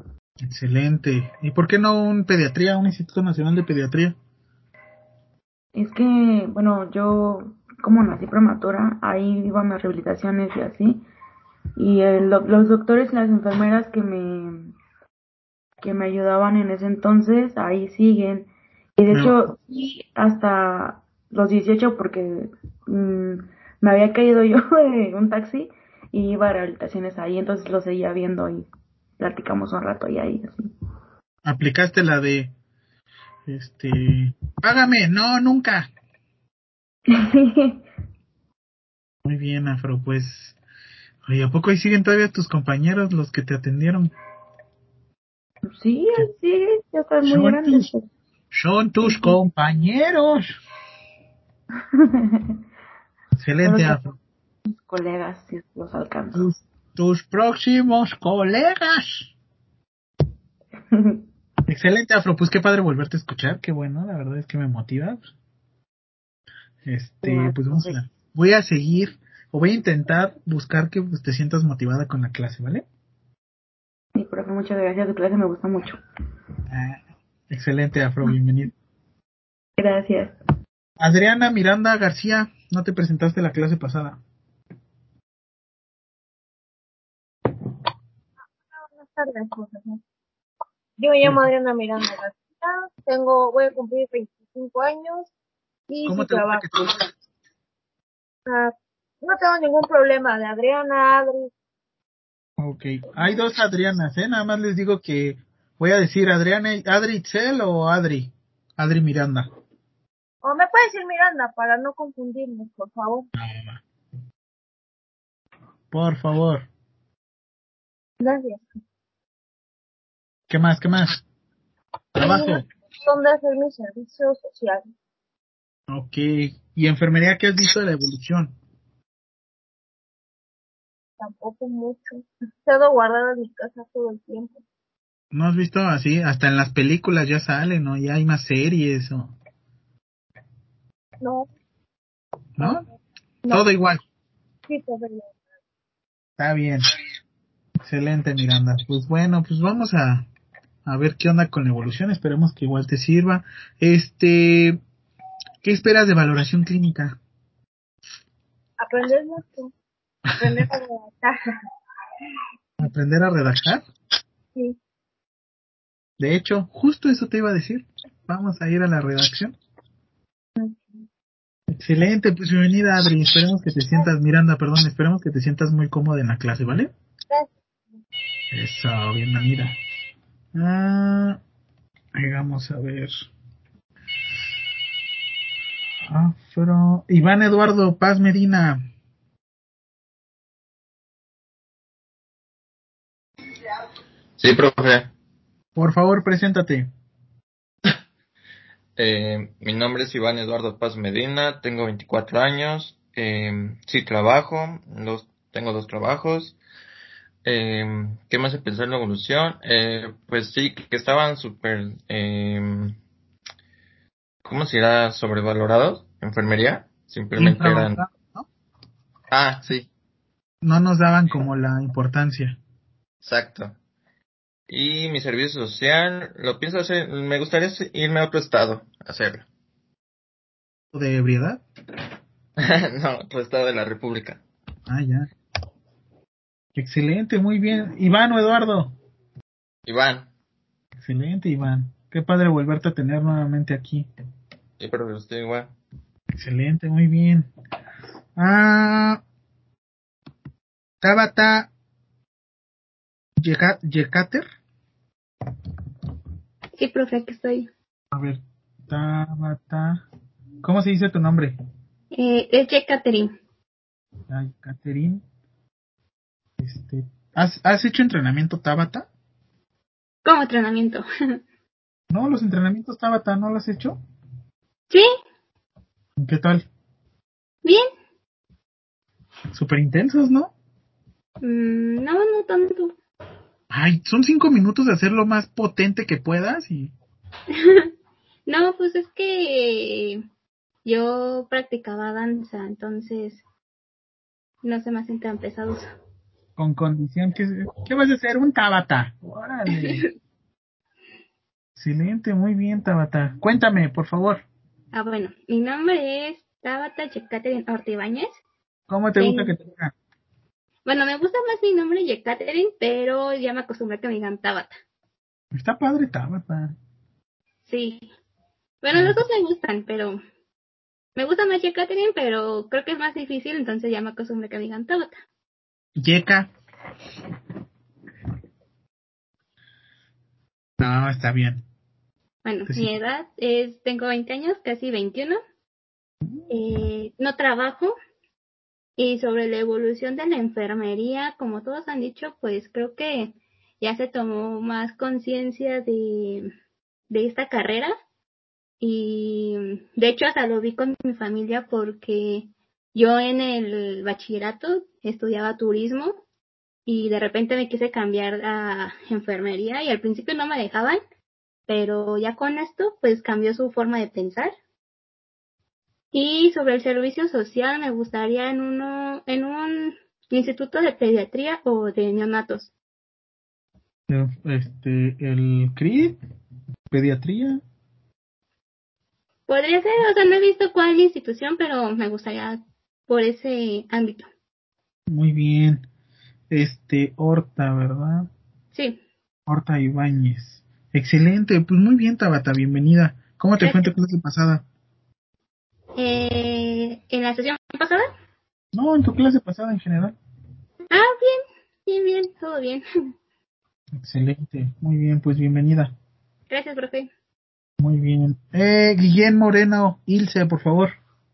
Speaker 1: Excelente. ¿Y por qué no un instituto nacional de pediatría?
Speaker 8: Es que, bueno, yo como nací prematura, ahí iba a mis rehabilitaciones y así. Y los doctores y las enfermeras que me ayudaban en ese entonces, ahí siguen. Y de
Speaker 1: Me-
Speaker 8: hecho, sí, hasta los 18 porque me había caído yo de un taxi y iba a rehabilitaciones ahí, entonces lo seguía viendo y platicamos un rato y ahí así.
Speaker 1: Aplicaste la de, págame, no, nunca. Muy bien, Afro, pues, oye, ¿a poco ahí siguen todavía tus compañeros, los que te atendieron?
Speaker 8: Sí,
Speaker 1: Que
Speaker 8: sí, ya están muy
Speaker 1: Son
Speaker 8: grandes.
Speaker 1: tus, son tus
Speaker 8: Sí.
Speaker 1: compañeros.
Speaker 8: Solo
Speaker 1: Excelente,
Speaker 8: que
Speaker 1: Afro.
Speaker 8: mis colegas si los alcanzo.
Speaker 1: Tus próximos colegas. Excelente, Afro, pues qué padre volverte a escuchar, qué bueno, la verdad es que me motiva.
Speaker 8: Igual,
Speaker 1: Pues vamos
Speaker 8: profe.
Speaker 1: voy a seguir, o voy a intentar buscar que pues, te sientas motivada con la clase, ¿vale?
Speaker 8: Sí, profe, muchas gracias, tu clase me gusta mucho.
Speaker 1: Ah, excelente, Afro, bienvenido.
Speaker 8: Gracias.
Speaker 1: Adriana Miranda García, no te presentaste la clase pasada.
Speaker 9: Buenas tardes, profesor. Yo me llamo Adriana Miranda García, voy a cumplir 25 años y
Speaker 1: ¿Cómo
Speaker 9: sí
Speaker 1: te gusta
Speaker 9: trabajo.
Speaker 1: que te diga?
Speaker 9: Ah, no tengo ningún problema de Adriana, Adri,
Speaker 1: Ok, hay dos Adrianas, nada más les digo que voy a decir Adriana, Adri Itzel o Adri, Adri Miranda.
Speaker 9: o me puede decir Miranda para no confundirnos, por favor.
Speaker 1: Por favor,
Speaker 9: Gracias.
Speaker 1: ¿qué más, qué más?
Speaker 9: Y
Speaker 1: Trabajo.
Speaker 9: dónde hacer mi servicio social.
Speaker 1: Ok, y enfermería, ¿qué has visto de la evolución?
Speaker 9: Tampoco mucho. Quedo guardada en mi casa todo el tiempo.
Speaker 1: ¿No has visto así? Hasta en las películas ya salen, ¿no? Ya hay más series,
Speaker 9: No,
Speaker 1: ¿no?
Speaker 9: no.
Speaker 1: Todo igual.
Speaker 9: Sí, todavía.
Speaker 1: Está bien. Excelente, Miranda. Pues bueno, pues vamos a ver qué onda con la evolución. Esperemos que igual te sirva. ¿Qué esperas de valoración clínica?
Speaker 9: Aprender mucho. Aprender a redactar.
Speaker 1: ¿Aprender a redactar?
Speaker 9: Sí.
Speaker 1: De hecho, justo eso te iba a decir. Vamos a ir a la redacción. Excelente, pues bienvenida, Adri. Esperemos que te sientas, Miranda, perdón, esperemos que te sientas muy cómoda en la clase, ¿vale?
Speaker 9: Gracias.
Speaker 1: Eso, bienvenida. Ah, vamos a ver. Afro. Iván Eduardo Paz Medina.
Speaker 10: Sí, profe.
Speaker 1: Por favor, preséntate.
Speaker 10: Mi nombre es Iván Eduardo Paz Medina, tengo 24 años, sí trabajo, tengo dos trabajos. ¿Qué más he pensado en la evolución? Pues sí, que estaban súper, ¿cómo se dirá? Sobrevalorados, enfermería, simplemente eran,
Speaker 1: Infravalorado, ¿no?
Speaker 10: sí,
Speaker 1: No nos daban como la importancia.
Speaker 10: exacto. Y mi servicio social, lo pienso hacer, me gustaría irme a otro estado, a hacerlo.
Speaker 1: ¿De ebriedad?
Speaker 10: No, otro estado de la República.
Speaker 1: Ah, ya. Excelente, muy bien. Iván o Eduardo.
Speaker 10: Iván,
Speaker 1: Excelente, Iván. Qué padre volverte a tener nuevamente aquí.
Speaker 10: sí, pero usted igual.
Speaker 1: Excelente, muy bien. Ah, Tabata Yecater.
Speaker 6: Sí, profe, aquí estoy.
Speaker 1: A ver, Tabata. ¿Cómo se dice tu nombre?
Speaker 6: Es Catherine.
Speaker 1: Ay, Catherine. ¿Has hecho entrenamiento Tabata?
Speaker 6: ¿Cómo entrenamiento?
Speaker 1: No, los entrenamientos Tabata, ¿no los has hecho?
Speaker 6: Sí,
Speaker 1: ¿Qué tal?
Speaker 6: bien.
Speaker 1: Súper intensos, ¿no?
Speaker 6: No, no tanto.
Speaker 1: Ay, son 5 minutos de hacer lo más potente que puedas y...
Speaker 6: No, pues es que yo practicaba danza, entonces no se me hacen tan pesados.
Speaker 1: Con condición que... ¿Qué vas a hacer? Un Tabata. Órale. Excelente, muy bien, Tabata. Cuéntame, por favor.
Speaker 11: Bueno, mi nombre es Tabata Yekaterin Ortibáñez.
Speaker 1: ¿Cómo te gusta que te digan?
Speaker 11: Bueno, me gusta más mi nombre Yekaterin, pero ya me acostumbré a que me digan Tabata.
Speaker 1: Está padre Tabata.
Speaker 11: Sí. Bueno, los dos me gustan, pero me gusta más Yekaterin, pero creo que es más difícil, entonces ya me acostumbré a que me digan Tabata.
Speaker 1: Yeka. No, está bien.
Speaker 11: Bueno,
Speaker 1: Pues
Speaker 11: mi
Speaker 1: sí.
Speaker 11: edad es, tengo 20 años, casi 21. No trabajo. Y sobre la evolución de la enfermería, como todos han dicho, pues creo que ya se tomó más conciencia de esta carrera. Y de hecho hasta lo vi con mi familia porque yo en el bachillerato estudiaba turismo y de repente me quise cambiar a enfermería y al principio no me dejaban, pero ya con esto pues cambió su forma de pensar. Y sobre el servicio social me gustaría en un instituto de pediatría o de neonatos.
Speaker 1: El CRID, pediatría.
Speaker 11: Podría ser, o sea, no he visto cuál institución, pero me gustaría por ese ámbito.
Speaker 1: Muy bien. Horta, ¿verdad?
Speaker 11: Sí.
Speaker 1: Horta Ibáñez. Excelente, pues muy bien, Tabata, bienvenida. ¿Cómo te fue en tu clase pasada?
Speaker 11: ¿En la sesión pasada?
Speaker 1: No, en tu clase pasada en general.
Speaker 11: Bien, todo bien.
Speaker 1: Excelente, muy bien, pues bienvenida.
Speaker 11: Gracias, profe.
Speaker 1: Muy bien. Guillén Moreno, Ilse, por favor.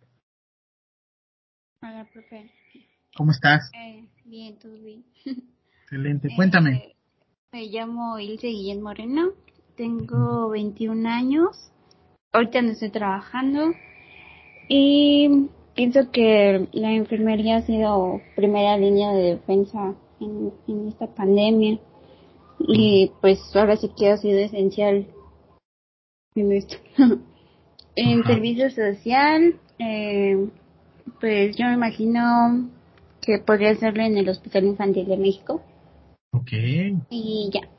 Speaker 12: Hola, profe.
Speaker 1: ¿Cómo estás?
Speaker 12: Bien, todo bien.
Speaker 1: Excelente, cuéntame.
Speaker 12: Me llamo Ilse Guillén Moreno, tengo 21 años, ahorita no estoy trabajando y pienso que la enfermería ha sido primera línea de defensa en esta pandemia y pues ahora sí que ha sido esencial en esto. En servicio social, pues yo me imagino que podría hacerlo en el Hospital Infantil de México.
Speaker 1: Ok.
Speaker 12: Y ya.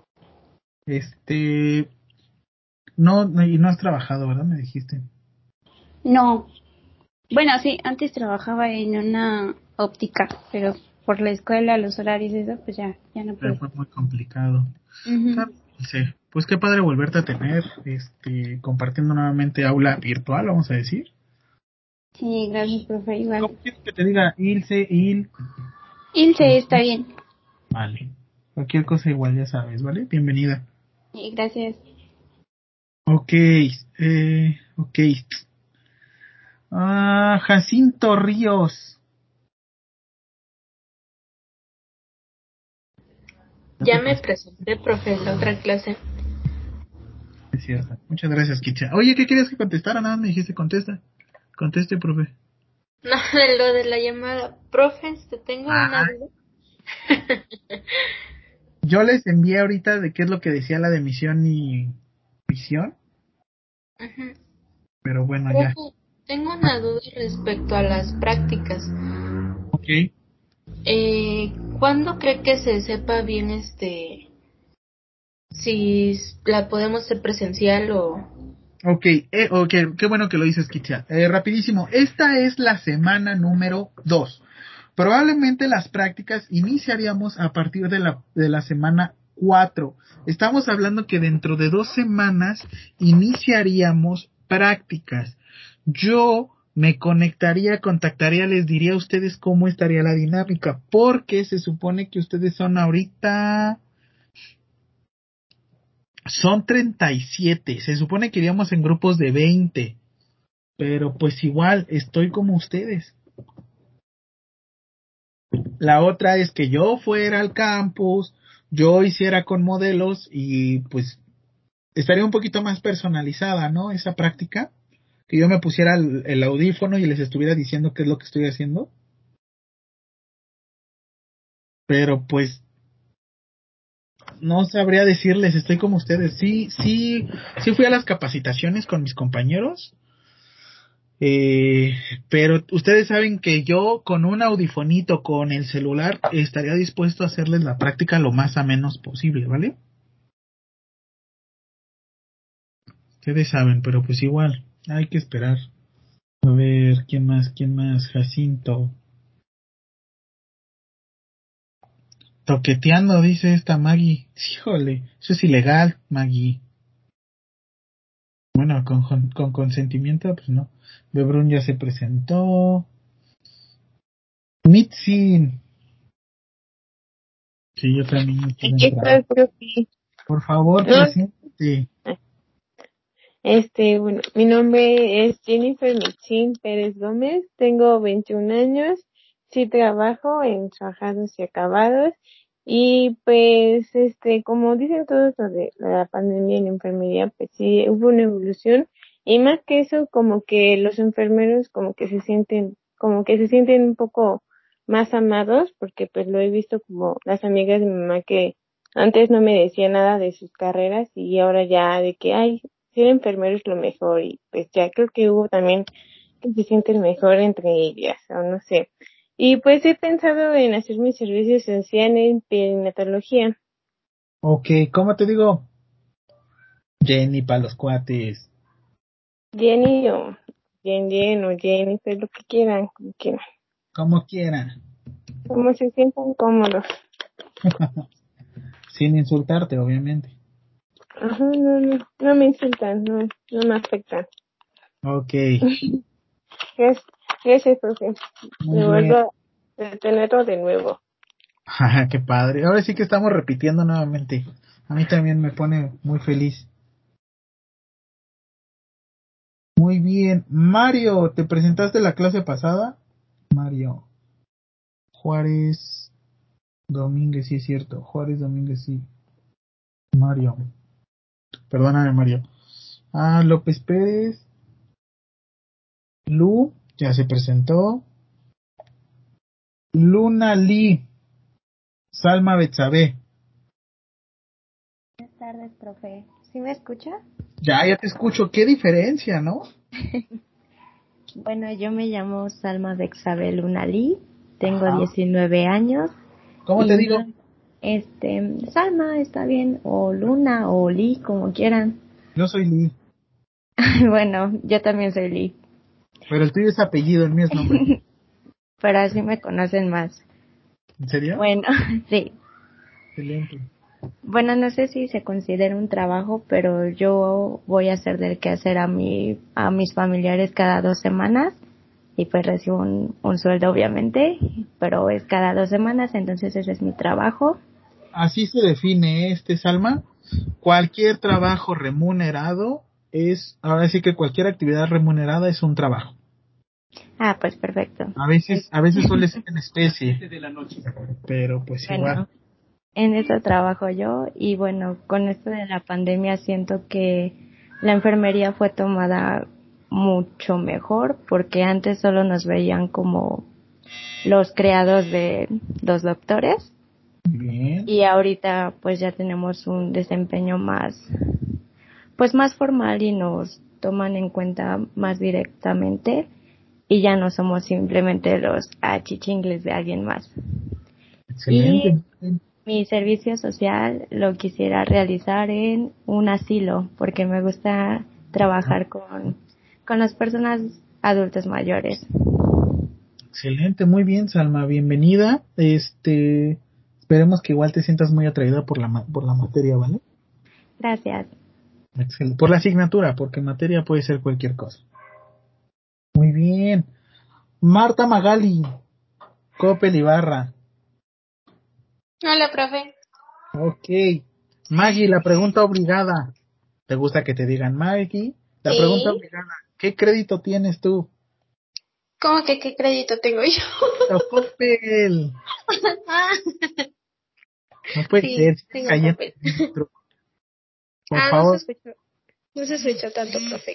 Speaker 1: Y no has trabajado, ¿verdad? Me dijiste.
Speaker 12: No. Bueno, sí, antes trabajaba en una óptica, pero por la escuela, los horarios y eso, pues ya no
Speaker 1: Pero
Speaker 12: pude.
Speaker 1: fue muy complicado.
Speaker 12: Uh-huh.
Speaker 1: Sí. Pues qué padre volverte a tener, compartiendo nuevamente aula virtual, vamos a decir.
Speaker 12: Sí, gracias, profe, igual.
Speaker 1: ¿Cómo quieres que te diga? Ilse.
Speaker 12: Ilse, está bien.
Speaker 1: Vale. Cualquier cosa igual ya sabes, ¿vale? Bienvenida.
Speaker 12: Sí, gracias.
Speaker 1: Ok. Jacinto Ríos.
Speaker 3: Ya me presenté, profe, en la otra clase.
Speaker 1: Es cierto. Muchas gracias, Kicha. Oye, ¿qué querías que contestara? Nada, me dijiste contesta. Conteste, profe.
Speaker 3: No, lo de la llamada. Profe, tengo una duda.
Speaker 1: Yo les envié ahorita de qué es lo que decía la de misión y visión.
Speaker 3: Uh-huh.
Speaker 1: Pero bueno,
Speaker 3: Profe,
Speaker 1: ya.
Speaker 3: tengo una duda respecto a las prácticas.
Speaker 1: Ok.
Speaker 3: ¿Cuándo cree que se sepa bien si la podemos hacer presencial o...?
Speaker 1: Ok, qué bueno que lo dices, Kicha. Rapidísimo, esta es la semana número 2. Probablemente las prácticas iniciaríamos a partir de la semana 4. Estamos hablando que dentro de 2 semanas iniciaríamos prácticas. Yo me contactaría, les diría a ustedes cómo estaría la dinámica, porque se supone que ustedes son ahorita... Son 37. Se supone que iríamos en grupos de 20. Pero pues igual, estoy como ustedes. La otra es que yo fuera al campus, yo hiciera con modelos y pues estaría un poquito más personalizada, ¿no? Esa práctica. Que yo me pusiera el audífono y les estuviera diciendo qué es lo que estoy haciendo. Pero pues no sabría decirles, estoy como ustedes. Sí fui a las capacitaciones con mis compañeros. Pero ustedes saben que yo con un audifonito, con el celular, estaría dispuesto a hacerles la práctica lo más a menos posible, ¿vale? Ustedes saben, pero pues igual, Hay que esperar. A ver, ¿quién más? Jacinto. Toqueteando, dice esta Maggie. Híjole, eso es ilegal, Maggie. Bueno, con consentimiento, pues no. Bebrun ya se presentó. Mitzin. Sí, yo también quiero
Speaker 13: ¿Qué
Speaker 1: entrar.
Speaker 13: tal, profe?
Speaker 1: Por favor,
Speaker 13: No,
Speaker 1: presente.
Speaker 13: bueno, mi nombre es Jennifer Michín Pérez Gómez, tengo 21 años, sí trabajo en trabajados y acabados y pues como dicen todos sobre la pandemia y la enfermería, pues sí hubo una evolución y más que eso como que los enfermeros como que se sienten un poco más amados porque pues lo he visto como las amigas de mi mamá que antes no me decían nada de sus carreras y ahora ya de que ay ser enfermero es lo mejor y pues ya creo que hubo también que se sienten mejor entre ellas o no sé. Y pues he pensado en hacer mi servicio social en perinatología.
Speaker 1: Ok, ¿cómo te digo? Jenny para los cuates.
Speaker 13: Jenny o Jen o Jenny, pues lo que quieran, como quieran.
Speaker 1: Como quieran.
Speaker 13: Como se sientan cómodos.
Speaker 1: Sin insultarte, obviamente.
Speaker 13: Ajá, no me insultan, no me afectan.
Speaker 1: Ok.
Speaker 13: Gracias, profe.
Speaker 1: Muy
Speaker 13: Me
Speaker 1: bien.
Speaker 13: vuelvo a tenerlo de nuevo.
Speaker 1: Qué padre. Ahora sí que estamos repitiendo nuevamente. A mí también me pone muy feliz. Muy bien. Mario, ¿te presentaste la clase pasada? Mario. Juárez Domínguez, sí es cierto. Juárez Domínguez, sí. Mario. Perdóname, Mario. López Pérez. Lu, ya se presentó. Luna Lee. Salma Betsabe.
Speaker 14: Buenas tardes, profe. ¿Sí me escucha?
Speaker 1: Ya te escucho. Qué diferencia, ¿no?
Speaker 14: Bueno, yo me llamo Salma Betsabe Lunalí, tengo
Speaker 1: Ajá.
Speaker 14: 19 años.
Speaker 1: ¿Cómo te digo?
Speaker 14: Salma está bien, o Luna, o Lee, como quieran.
Speaker 1: Yo soy Lee.
Speaker 14: Bueno, yo también soy Lee.
Speaker 1: Pero el tuyo es apellido, el mío es nombre.
Speaker 14: Pero así me conocen más.
Speaker 1: ¿En serio?
Speaker 14: Bueno, sí.
Speaker 1: Excelente.
Speaker 14: Bueno, no sé si se considera un trabajo, pero yo voy a hacer del quehacer a mis familiares cada 2 semanas y pues recibo un sueldo obviamente, pero es cada 2 semanas, entonces ese es mi trabajo.
Speaker 1: Así se define Salma. Cualquier trabajo remunerado ahora sí que cualquier actividad remunerada es un trabajo.
Speaker 14: Pues perfecto.
Speaker 1: A veces suele ser en especie, pero pues
Speaker 14: bueno,
Speaker 1: igual.
Speaker 14: En eso trabajo yo y bueno, con esto de la pandemia siento que la enfermería fue tomada mucho mejor porque antes solo nos veían como los creados de los doctores.
Speaker 1: Bien.
Speaker 14: Y ahorita pues ya tenemos un desempeño más formal y nos toman en cuenta más directamente y ya no somos simplemente los achichingles de alguien más.
Speaker 1: Excelente.
Speaker 14: Y mi servicio social lo quisiera realizar en un asilo porque me gusta trabajar con las personas adultos mayores.
Speaker 1: Excelente, muy bien, Salma, bienvenida. Esperemos que igual te sientas muy atraída por la materia, ¿vale?
Speaker 14: Gracias.
Speaker 1: Excelente. Por la asignatura, porque materia puede ser cualquier cosa. Muy bien. Marta Magali, Coppel Ibarra.
Speaker 3: Hola, profe.
Speaker 1: Ok. Maggie, la pregunta obligada. ¿Te gusta que te digan Maggie? La pregunta obligada. ¿Qué crédito tienes tú?
Speaker 3: ¿Cómo que qué crédito tengo yo?
Speaker 1: Coppel. No puede ser.
Speaker 3: Tengo
Speaker 1: Cayendo
Speaker 3: Coppel.
Speaker 1: en el truco. Por favor.
Speaker 3: No se escuchó tanto, profe.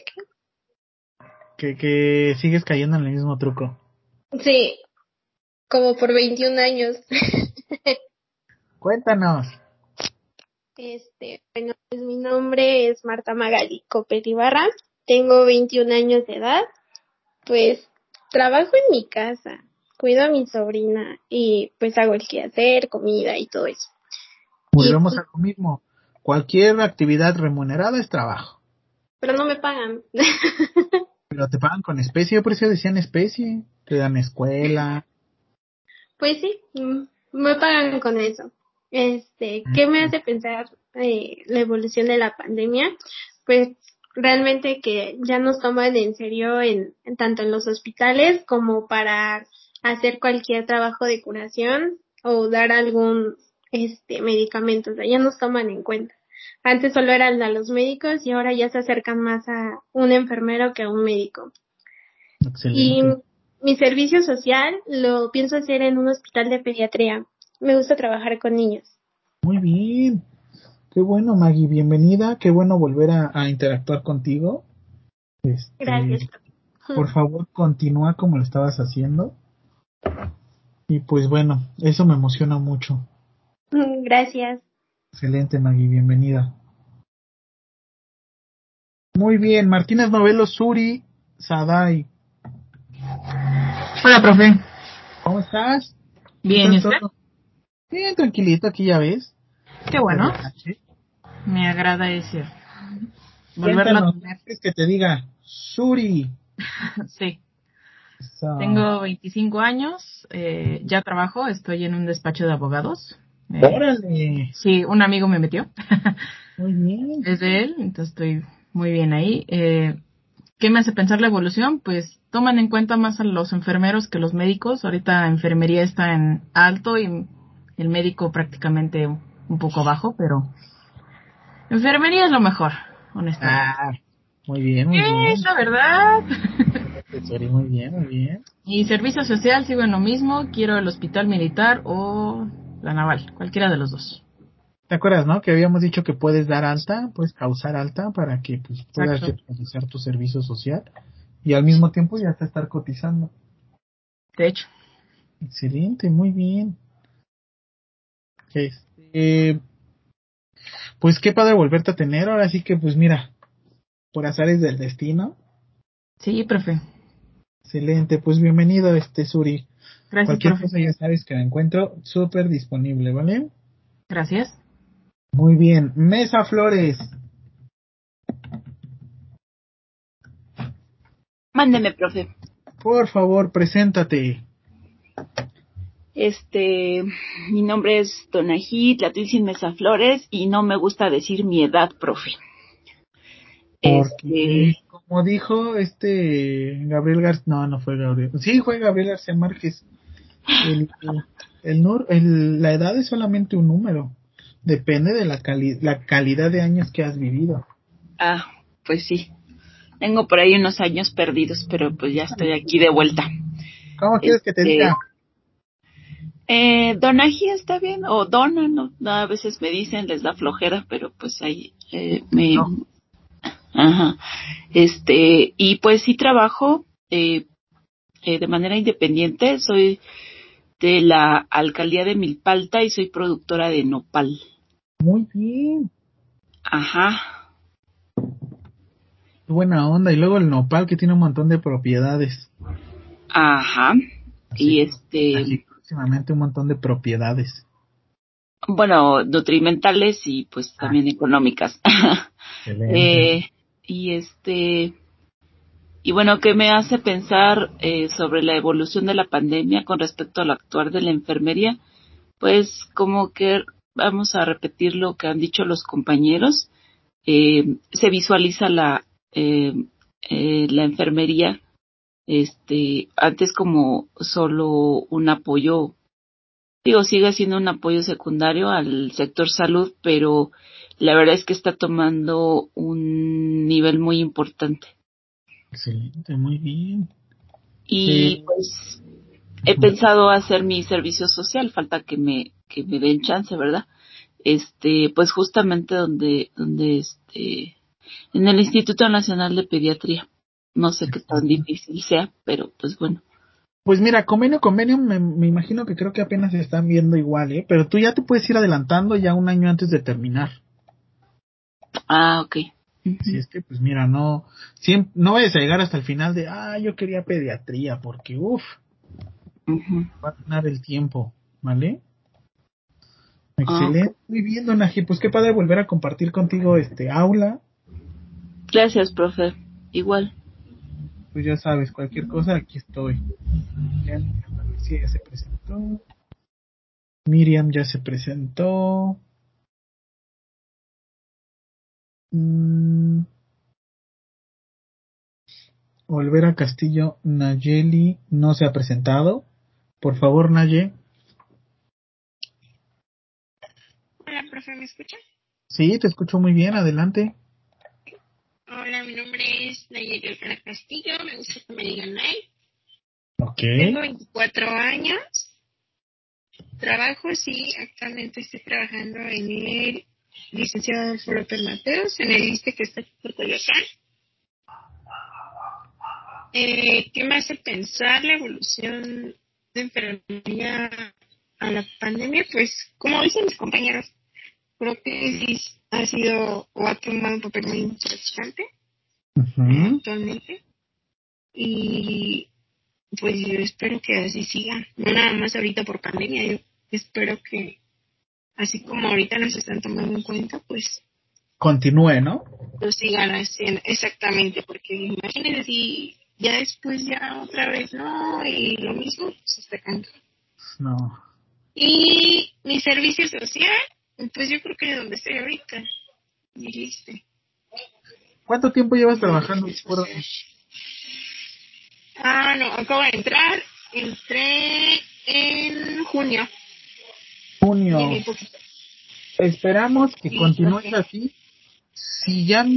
Speaker 1: Que sigues cayendo en el mismo truco.
Speaker 3: Sí, como por 21 años.
Speaker 1: Cuéntanos.
Speaker 3: Bueno, pues mi nombre es Marta Magali Copet Ibarra, tengo 21 años de edad, pues trabajo en mi casa, cuido a mi sobrina y pues hago el quehacer, comida y todo eso.
Speaker 1: Volvemos a lo mismo. Cualquier actividad remunerada es trabajo.
Speaker 9: pero no me pagan.
Speaker 1: Pero te pagan con especie, yo por eso decían especie. Te dan escuela.
Speaker 9: Pues sí, me pagan con eso. ¿Qué me hace pensar la evolución de la pandemia? Pues realmente que ya nos toman en serio tanto en los hospitales como para hacer cualquier trabajo de curación o dar algún medicamento, o sea, ya nos toman en cuenta. Antes solo eran a los médicos y ahora ya se acercan más a un enfermero que a un médico.
Speaker 1: Excelente.
Speaker 9: Y mi servicio social lo pienso hacer en un hospital de pediatría. Me gusta trabajar con niños.
Speaker 1: Muy bien. Qué bueno, Maggie, bienvenida. Qué bueno volver a interactuar contigo.
Speaker 9: Gracias.
Speaker 1: Por favor, continúa como lo estabas haciendo. Y pues bueno, eso me emociona mucho.
Speaker 9: Gracias.
Speaker 1: Excelente, Maggie, bienvenida. Muy bien, Martínez Novelo Suri Sadai.
Speaker 15: Hola, profe.
Speaker 1: ¿Cómo estás?
Speaker 15: Bien, ¿y usted?
Speaker 1: Bien, tranquilito, aquí ya ves.
Speaker 15: Qué bueno. Me agrada ese volverlo a tener.
Speaker 1: Es que te diga, Suri.
Speaker 15: Sí. Tengo 25 años, ya trabajo, estoy en un despacho de abogados.
Speaker 1: ¡Órale!
Speaker 15: Sí, un amigo me metió.
Speaker 1: Muy bien.
Speaker 15: Es de él, entonces estoy muy bien ahí. ¿Qué me hace pensar la evolución? Pues toman en cuenta más a los enfermeros que los médicos. Ahorita enfermería está en alto y el médico prácticamente un poco bajo, pero enfermería es lo mejor, honestamente.
Speaker 1: Muy bien, muy bien.
Speaker 15: Es la verdad.
Speaker 1: Muy bien, muy bien.
Speaker 15: Y servicio social sigo en lo mismo. Quiero el hospital militar o la naval, cualquiera de los dos.
Speaker 1: ¿Te acuerdas, no? Que habíamos dicho que puedes dar alta, puedes causar alta para que pues, puedas realizar tu servicio social y al mismo tiempo ya estar cotizando.
Speaker 15: De hecho.
Speaker 1: Excelente, muy bien. Pues qué padre volverte a tener. Ahora sí que, pues mira, por azares del destino.
Speaker 15: Sí, profe.
Speaker 1: Excelente, pues bienvenido, Suri.
Speaker 15: Gracias,
Speaker 1: Cualquier
Speaker 15: profe.
Speaker 1: cosa ya sabes que me encuentro súper disponible, ¿vale?
Speaker 15: Gracias.
Speaker 1: Muy bien. Mesa Flores.
Speaker 2: Mándeme, profe.
Speaker 1: Por favor, preséntate.
Speaker 2: Mi nombre es Donají Tlatuizin Mesa Flores y no me gusta decir mi edad, profe.
Speaker 1: Porque, como dijo Gabriel García, no fue Gabriel, sí fue Gabriel García Márquez, la edad es solamente un número, depende de la calidad de años que has vivido.
Speaker 2: Ah, pues sí, tengo por ahí unos años perdidos, pero pues ya estoy aquí de vuelta.
Speaker 1: ¿Cómo quieres que te diga?
Speaker 2: Donají está bien, o Dona, no, a veces me dicen, les da flojera, pero pues ahí
Speaker 1: No.
Speaker 2: Ajá. Y pues sí trabajo de manera independiente. Soy de la alcaldía de Milpalta y soy productora de nopal.
Speaker 1: Muy bien.
Speaker 2: Ajá.
Speaker 1: Qué buena onda. Y luego el nopal que tiene un montón de propiedades.
Speaker 2: Ajá.
Speaker 1: Así, y próximamente un montón de propiedades.
Speaker 2: Bueno, nutrimentales y pues también económicas.
Speaker 1: Excelente.
Speaker 2: Y bueno, ¿qué me hace pensar sobre la evolución de la pandemia con respecto al actuar de la enfermería? Pues como que vamos a repetir lo que han dicho los compañeros. Se visualiza la enfermería antes como solo un apoyo, sigue siendo un apoyo secundario al sector salud, pero la verdad es que está tomando un nivel muy importante.
Speaker 1: Excelente, muy bien.
Speaker 2: Y pues he pensado hacer mi servicio social, falta que me den chance, ¿verdad? Pues justamente donde en el Instituto Nacional de Pediatría. No sé qué tan difícil sea, pero pues bueno.
Speaker 1: Pues mira, convenio, me imagino que creo que apenas se están viendo igual, pero tú ya te puedes ir adelantando ya un año antes de terminar.
Speaker 2: Ah, ok.
Speaker 1: Si es que, pues mira, no vayas a llegar hasta el final de, yo quería pediatría, porque va a ganar el tiempo, ¿vale? Excelente, muy bien, Donají, pues qué padre volver a compartir contigo aula.
Speaker 2: Gracias, profe. Igual.
Speaker 1: Pues ya sabes, cualquier cosa, aquí estoy. Sí, ya se presentó. Miriam ya se presentó. Olvera Castillo Nayeli no se ha presentado. Por favor, Naye.
Speaker 16: Hola, profe, ¿me escucha?
Speaker 1: Sí, te escucho muy bien, adelante.
Speaker 16: Hola, mi nombre es Nayeli Olvera Castillo, me gusta que me digan Nay.
Speaker 1: Ok.
Speaker 16: Tengo 24 años, trabajo, sí, actualmente estoy trabajando en el licenciado Adolfo López Mateos, en el ISSSTE que está aquí por Coyoacán. ¿Qué me hace pensar la evolución de enfermería a la pandemia? Pues, como dicen mis compañeros, creo que sí ha sido o ha tomado un papel muy importante actualmente. Y pues yo espero que así siga, no nada más ahorita por pandemia, yo espero que así como ahorita nos están tomando en cuenta, pues
Speaker 1: Continúe, ¿no?
Speaker 16: lo sigan haciendo exactamente, porque imagínense si ya después ya otra vez no, y lo mismo, pues está cansado.
Speaker 1: No.
Speaker 16: Y mi servicio social, pues yo creo que es donde estoy ahorita, dijiste.
Speaker 1: ¿Cuánto tiempo llevas trabajando?
Speaker 16: No, acabo de entrar, entré en junio.
Speaker 1: Junio. Esperamos que continúes así. Si ya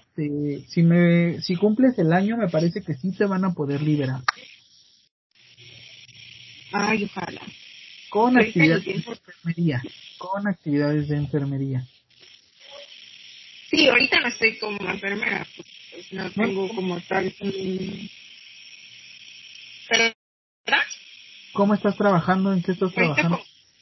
Speaker 1: si cumples el año, me parece que sí te van a poder liberar.
Speaker 16: Ay, ojalá.
Speaker 1: Con actividades de enfermería. Con actividades de enfermería.
Speaker 16: Sí, ahorita no estoy como enfermera, pues no tengo como tal ¿Pero? ¿Verdad?
Speaker 1: ¿Cómo estás trabajando? ¿En qué estás trabajando?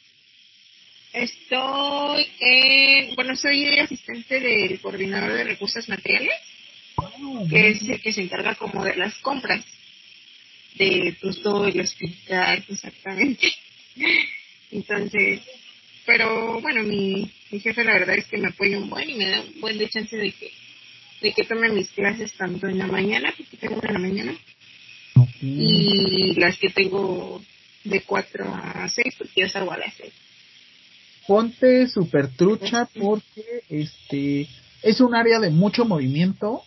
Speaker 16: Estoy soy asistente del coordinador de recursos materiales, que es el que se encarga como de las compras de pues todo el hospital, exactamente. Entonces, pero bueno, mi jefe la verdad es que me apoya un buen y me da un buen de chance de que tome mis clases tanto en la mañana, porque tengo una en la mañana, y las que tengo de 4 a 6, porque yo salgo a las 6.
Speaker 1: Ponte super trucha porque es un área de mucho movimiento.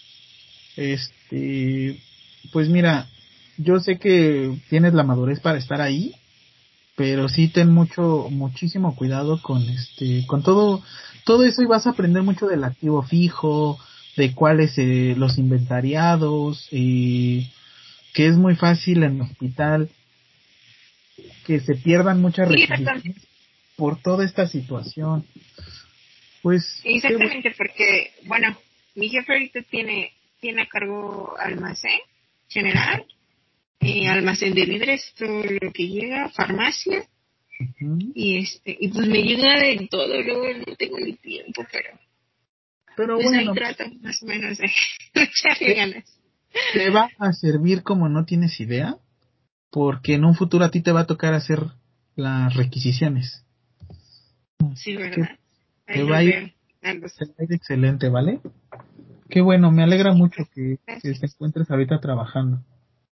Speaker 1: Pues mira, yo sé que tienes la madurez para estar ahí, pero sí ten muchísimo cuidado con todo eso, y vas a aprender mucho del activo fijo, de cuáles los inventariados, que es muy fácil en el hospital que se pierdan muchas requisiciones por toda esta situación. Pues
Speaker 16: exactamente, porque bueno, mi jefe ahorita tiene a cargo almacén general, almacén de víveres, todo lo que llega, farmacia, y pues me llega de todo, luego no tengo ni tiempo, pero pues
Speaker 1: bueno,
Speaker 16: ahí trato más o menos de echarle ganas.
Speaker 1: Te va a servir como no tienes idea, porque en un futuro a ti te va a tocar hacer las requisiciones.
Speaker 16: Sí, ¿verdad?
Speaker 1: Te va a ir excelente, ¿vale? Qué bueno, me alegra mucho que te encuentres ahorita trabajando.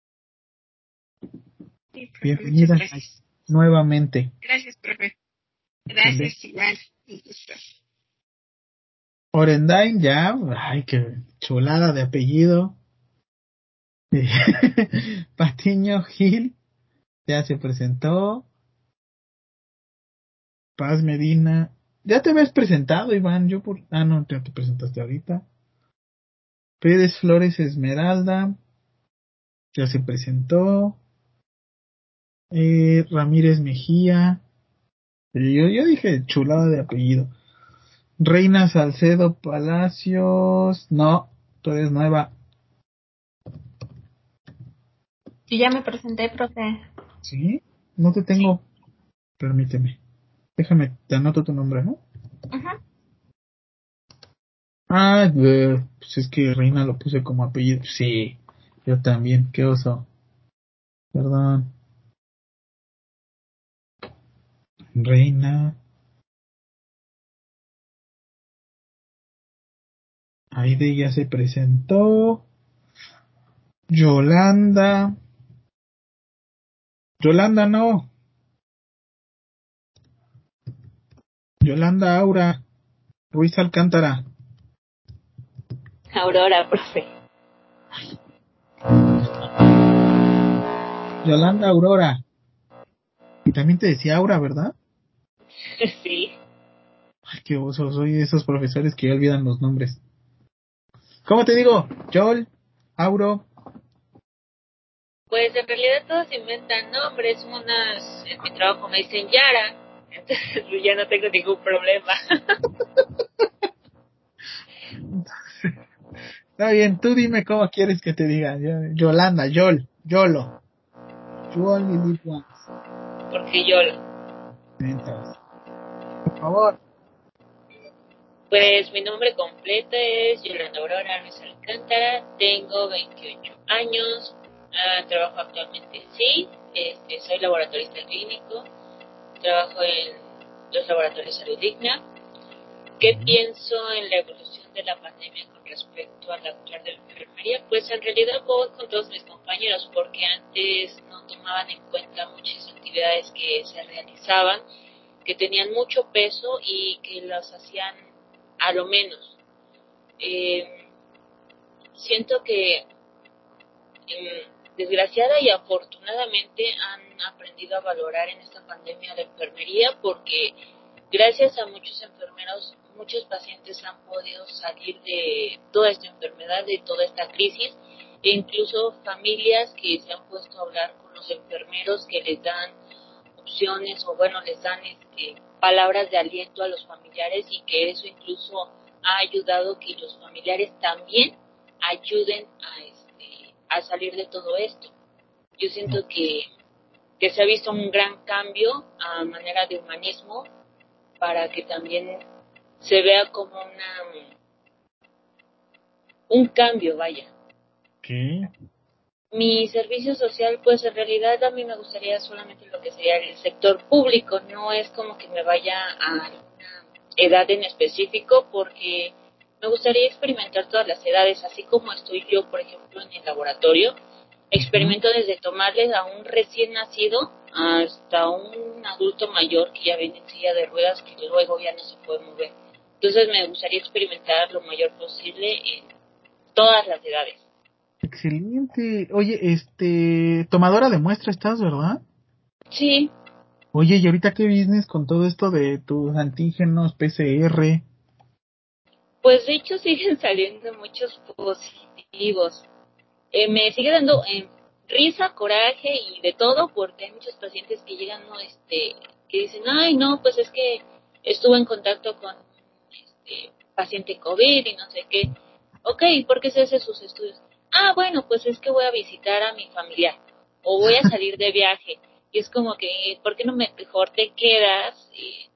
Speaker 16: Sí, profe,
Speaker 1: Bienvenida nuevamente.
Speaker 16: Gracias, profe. Gracias, igual.
Speaker 1: Orendain ya, ay, qué chulada de apellido. Patiño Gil ya se presentó. Paz Medina, ya te habías presentado, Iván. No, ya te presentaste ahorita. Pérez Flores Esmeralda ya se presentó. Ramírez Mejía, yo dije chulada de apellido. Reina Salcedo Palacios, no, tú eres nueva.
Speaker 11: Yo ya me presenté, profe.
Speaker 1: ¿Sí? No te tengo. Permíteme. Déjame, te anoto tu nombre, ¿no?
Speaker 11: Ajá.
Speaker 1: Pues es que Reina lo puse como apellido. Sí, yo también, qué oso. Perdón. Reina. Aide ya se presentó. Yolanda no. Yolanda Aura Ruiz Alcántara.
Speaker 17: Aurora, profe.
Speaker 1: Yolanda Aurora. Y también te decía Aura, ¿verdad?
Speaker 17: Sí.
Speaker 1: Ay, qué oso, soy de esos profesores que ya olvidan los nombres. ¿Cómo te digo? Yol, Auro.
Speaker 17: Pues en realidad todos inventan nombres. En mi trabajo me dicen Yara. Entonces ya no tengo ningún problema.
Speaker 1: Está bien, tú dime cómo quieres que te digan. Yolanda, Yol, Yolo. You only live once.
Speaker 17: Porque yo,
Speaker 1: Entonces, por favor.
Speaker 17: pues mi nombre completo es Yolanda Aurora Ruiz Alcántara, tengo 28 años, trabajo actualmente en sí, soy laboratorista clínico, trabajo en los laboratorios Salud Digna. ¿Qué pienso en la evolución de la pandemia con respecto al actuar de la enfermería? Pues en realidad voy con todos mis compañeros, porque antes no tomaban en cuenta muchas actividades que se realizaban, que tenían mucho peso y que las hacían a lo menos. Siento que desgraciada y afortunadamente han aprendido a valorar en esta pandemia la enfermería, porque gracias a muchos enfermeros, muchos pacientes han podido salir de toda esta enfermedad, de toda esta crisis, e incluso familias que se han puesto a hablar con los enfermeros, que les dan opciones o bueno, les dan palabras de aliento a los familiares, y que eso incluso ha ayudado que los familiares también ayuden a salir de todo esto. Yo siento que se ha visto un gran cambio a manera de humanismo, para que también se vea como un cambio, vaya.
Speaker 1: ¿Qué?
Speaker 17: Mi servicio social, pues en realidad a mí me gustaría solamente lo que sería el sector público, no es como que me vaya a una edad en específico, porque me gustaría experimentar todas las edades, así como estoy yo, por ejemplo, en el laboratorio. Experimento desde tomarles a un recién nacido hasta un adulto mayor que ya viene en silla de ruedas, que luego ya no se puede mover. Entonces me gustaría experimentar lo mayor posible en todas las edades.
Speaker 1: Excelente. Oye, tomadora de muestra estás, ¿verdad?
Speaker 17: Sí.
Speaker 1: Oye, ¿y ahorita qué business con todo esto de tus antígenos, PCR?
Speaker 17: Pues de hecho siguen saliendo muchos positivos. Me sigue dando risa, coraje y de todo, porque hay muchos pacientes que llegan, ¿no? Que dicen, ay, no, pues es que estuve en contacto con paciente COVID y no sé qué. Ok, ¿por qué se hace sus estudios? Ah, bueno, pues es que voy a visitar a mi familiar o voy a salir de viaje. Y es como que, ¿por qué no mejor te quedas y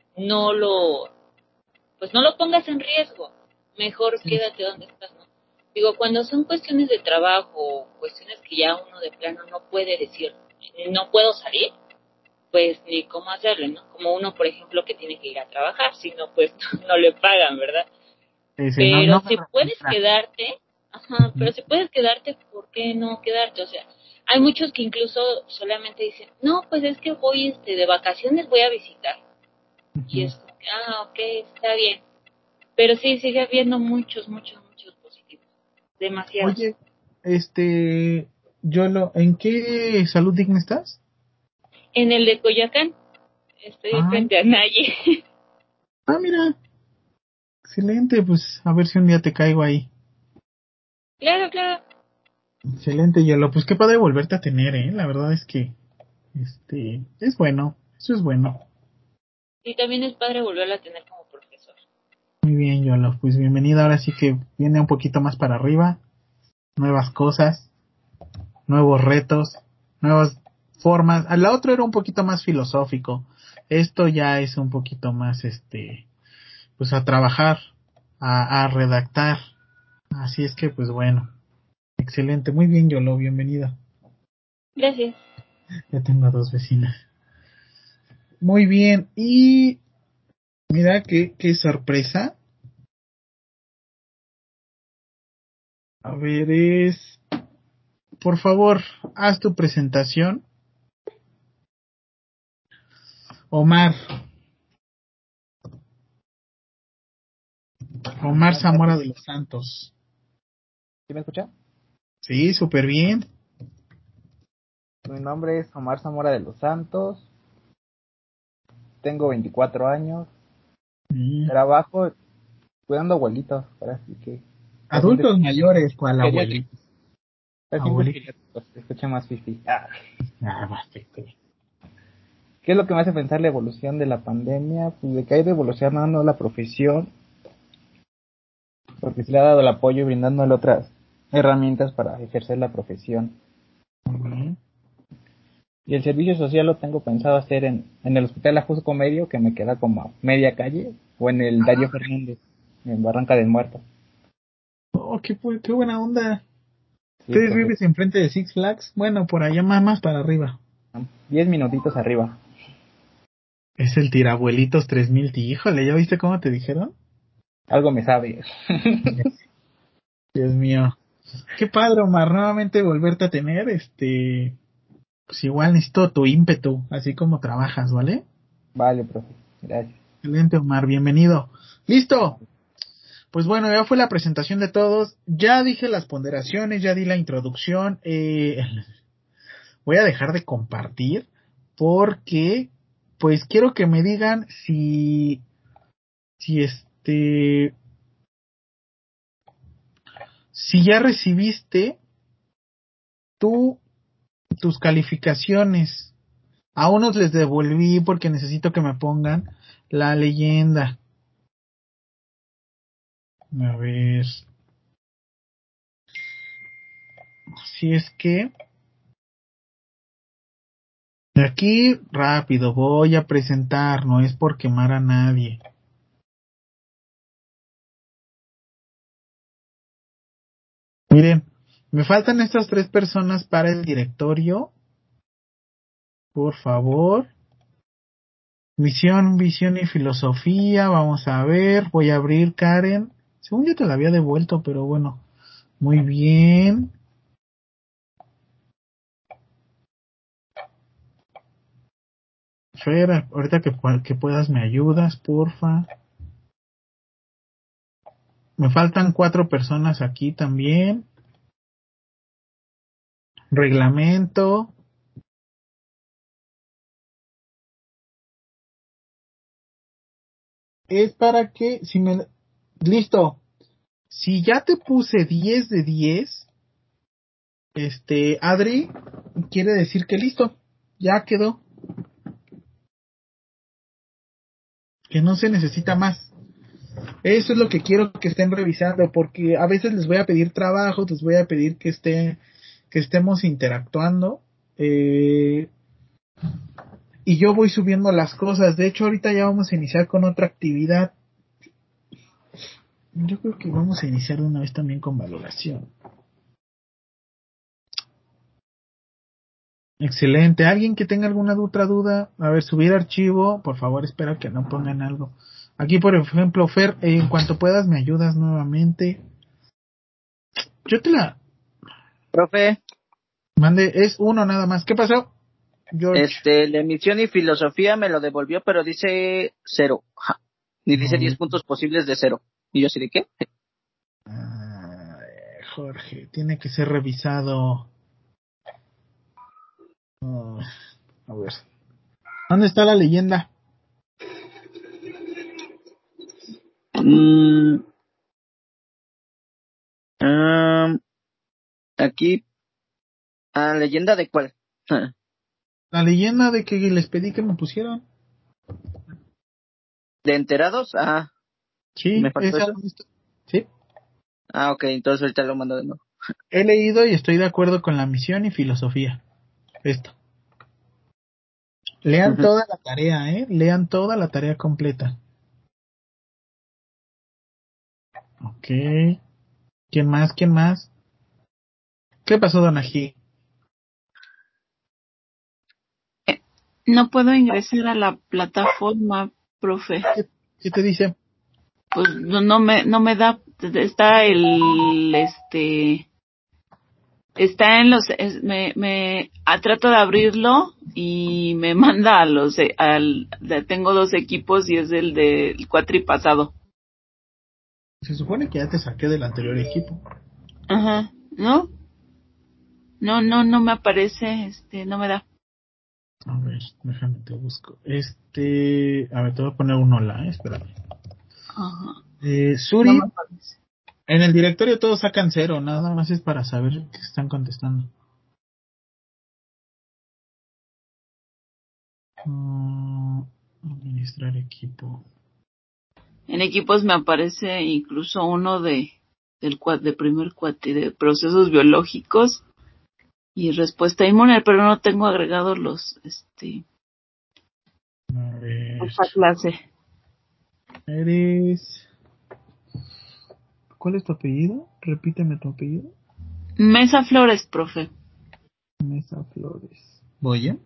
Speaker 17: pues no lo pongas en riesgo? Mejor quédate donde estás, ¿no? Digo, cuando son cuestiones de trabajo o cuestiones que ya uno de plano no puede decir, no puedo salir, pues ni cómo hacerle, ¿no? Como uno, por ejemplo, que tiene que ir a trabajar, si no, pues no le pagan, ¿verdad? Pero si puedes quedarte, pero si puedes quedarte, ¿por qué no quedarte? O sea, hay muchos que incluso solamente dicen, no, pues es que voy de vacaciones, voy a visitar. Y es como que, ok, está bien. Pero sí, sigue habiendo muchos positivos. Demasiados.
Speaker 1: Oye, ¿en qué Salud Digna estás?
Speaker 17: En el de Coyoacán. Estoy frente a Naye.
Speaker 1: Mira. Excelente, pues a ver si un día te caigo ahí.
Speaker 17: Claro.
Speaker 1: Excelente, Yolo. Pues qué padre volverte a tener, La verdad es que, es bueno. Eso es bueno.
Speaker 17: Y también es padre volverla a tener como profesor.
Speaker 1: Muy bien, Yolo. Pues bienvenida. Ahora sí que viene un poquito más para arriba. Nuevas cosas. Nuevos retos. Nuevas formas. Al otro era un poquito más filosófico. Esto ya es un poquito más, pues a trabajar. A redactar. Así es que, pues bueno. Excelente. Muy bien, Yolo. Bienvenida.
Speaker 17: Gracias.
Speaker 1: Ya tengo 2 vecinas. Muy bien. Y mira qué sorpresa. A ver, por favor, haz tu presentación. Omar Zamora de los Santos.
Speaker 18: ¿Sí me escucha?
Speaker 1: Sí, súper bien.
Speaker 18: Mi nombre es Omar Zamora de los Santos. Tengo 24 años. Trabajo cuidando abuelitos, así que...
Speaker 1: Adultos mayores, ¿cuál abuelitos?
Speaker 18: Pacientes que se escuchan más fifi. ¿Qué es lo que me hace pensar la evolución de la pandemia? Pues de que ha ido evolucionando la profesión, porque se le ha dado el apoyo y brindándole otras herramientas para ejercer la profesión. Y el servicio social lo tengo pensado hacer en el Hospital Ajusco Medio, que me queda como a media calle, o en el Darío Fernández, en Barranca del Muerto.
Speaker 1: Oh, qué buena onda.
Speaker 18: Sí,
Speaker 1: ¿Ustedes vives enfrente de Six Flags? Bueno, por allá más para arriba.
Speaker 18: 10 minutitos arriba.
Speaker 1: Es el tirabuelitos 3000. Híjole, ¿ya viste cómo te dijeron?
Speaker 18: Algo me sabe.
Speaker 1: Dios mío. Qué padre, Omar, nuevamente volverte a tener. Pues igual necesito tu ímpetu, así como trabajas, ¿vale?
Speaker 18: Vale, profe. Gracias.
Speaker 1: Excelente, Omar, bienvenido. ¡Listo! Pues bueno, ya fue la presentación de todos. Ya dije las ponderaciones, ya di la introducción. Voy a dejar de compartir porque, pues quiero que me digan si ya recibiste tus calificaciones. A unos les devolví porque necesito que me pongan la leyenda. A ver. Si es que aquí rápido voy a presentar, no es por quemar a nadie. Miren, me faltan estas 3 personas para el directorio. Por favor. Misión, visión y filosofía. Vamos a ver. Voy a abrir, Karen. Según yo te la había devuelto, pero bueno. Muy bien. Fer, ahorita que puedas me ayudas, porfa. Me faltan 4 personas aquí también. Reglamento. Es para que, listo. Si ya te puse 10 de 10, Adri, quiere decir que listo. Ya quedó. Que no se necesita más. Eso es lo que quiero que estén revisando, porque a veces les voy a pedir trabajo, les voy a pedir que estemos interactuando, y yo voy subiendo las cosas. De hecho, ahorita ya vamos a iniciar con otra actividad. Yo creo que vamos a iniciar de una vez también con valoración. Excelente. ¿Alguien que tenga alguna otra duda? A ver, subir archivo. Por favor, espera que no pongan algo. Aquí, por ejemplo, Fer, en cuanto puedas me ayudas nuevamente. Yo te la...
Speaker 5: Profe.
Speaker 1: Mande, es uno nada más. ¿Qué pasó, George?
Speaker 5: La emisión y filosofía me lo devolvió, pero dice 0. Ni dice 10 puntos posibles de 0. ¿Y yo así de qué?
Speaker 1: Jorge, tiene que ser revisado. A ver. ¿Dónde está la leyenda?
Speaker 5: Aquí. ¿Leyenda de cuál?
Speaker 1: La leyenda de que les pedí que me pusieran.
Speaker 5: ¿De enterados?
Speaker 1: Sí,
Speaker 5: ¿me faltó eso?
Speaker 1: Sí.
Speaker 5: Ok, entonces ahorita lo mando de nuevo.
Speaker 1: He leído y estoy de acuerdo con la misión y filosofía. Esto. Lean toda la tarea, lean toda la tarea completa. Ok. ¿Quién más? ¿Qué pasó, Donají?
Speaker 2: No puedo ingresar a la plataforma, profe.
Speaker 1: ¿Qué te dice?
Speaker 2: pues no me da, está está en trato de abrirlo y me manda tengo 2 equipos y es el del cuatripasado.
Speaker 1: Se supone que ya te saqué del anterior equipo.
Speaker 2: Ajá, ¿no? No me aparece, no me da.
Speaker 1: A ver, déjame te busco. A ver, te voy a poner un hola, espérame.
Speaker 2: Ajá.
Speaker 1: Suri, no en el directorio todos sacan 0, nada más es para saber que están contestando. Administrar equipo.
Speaker 2: En equipos me aparece incluso uno de primer cuatri de procesos biológicos y respuesta inmune, pero no tengo agregados los
Speaker 1: A ver.
Speaker 2: esta clase.
Speaker 1: ¿Cuál es tu apellido? Repíteme tu apellido.
Speaker 2: Mesa Flores, profe.
Speaker 1: Mesa Flores. ¿Voy ya?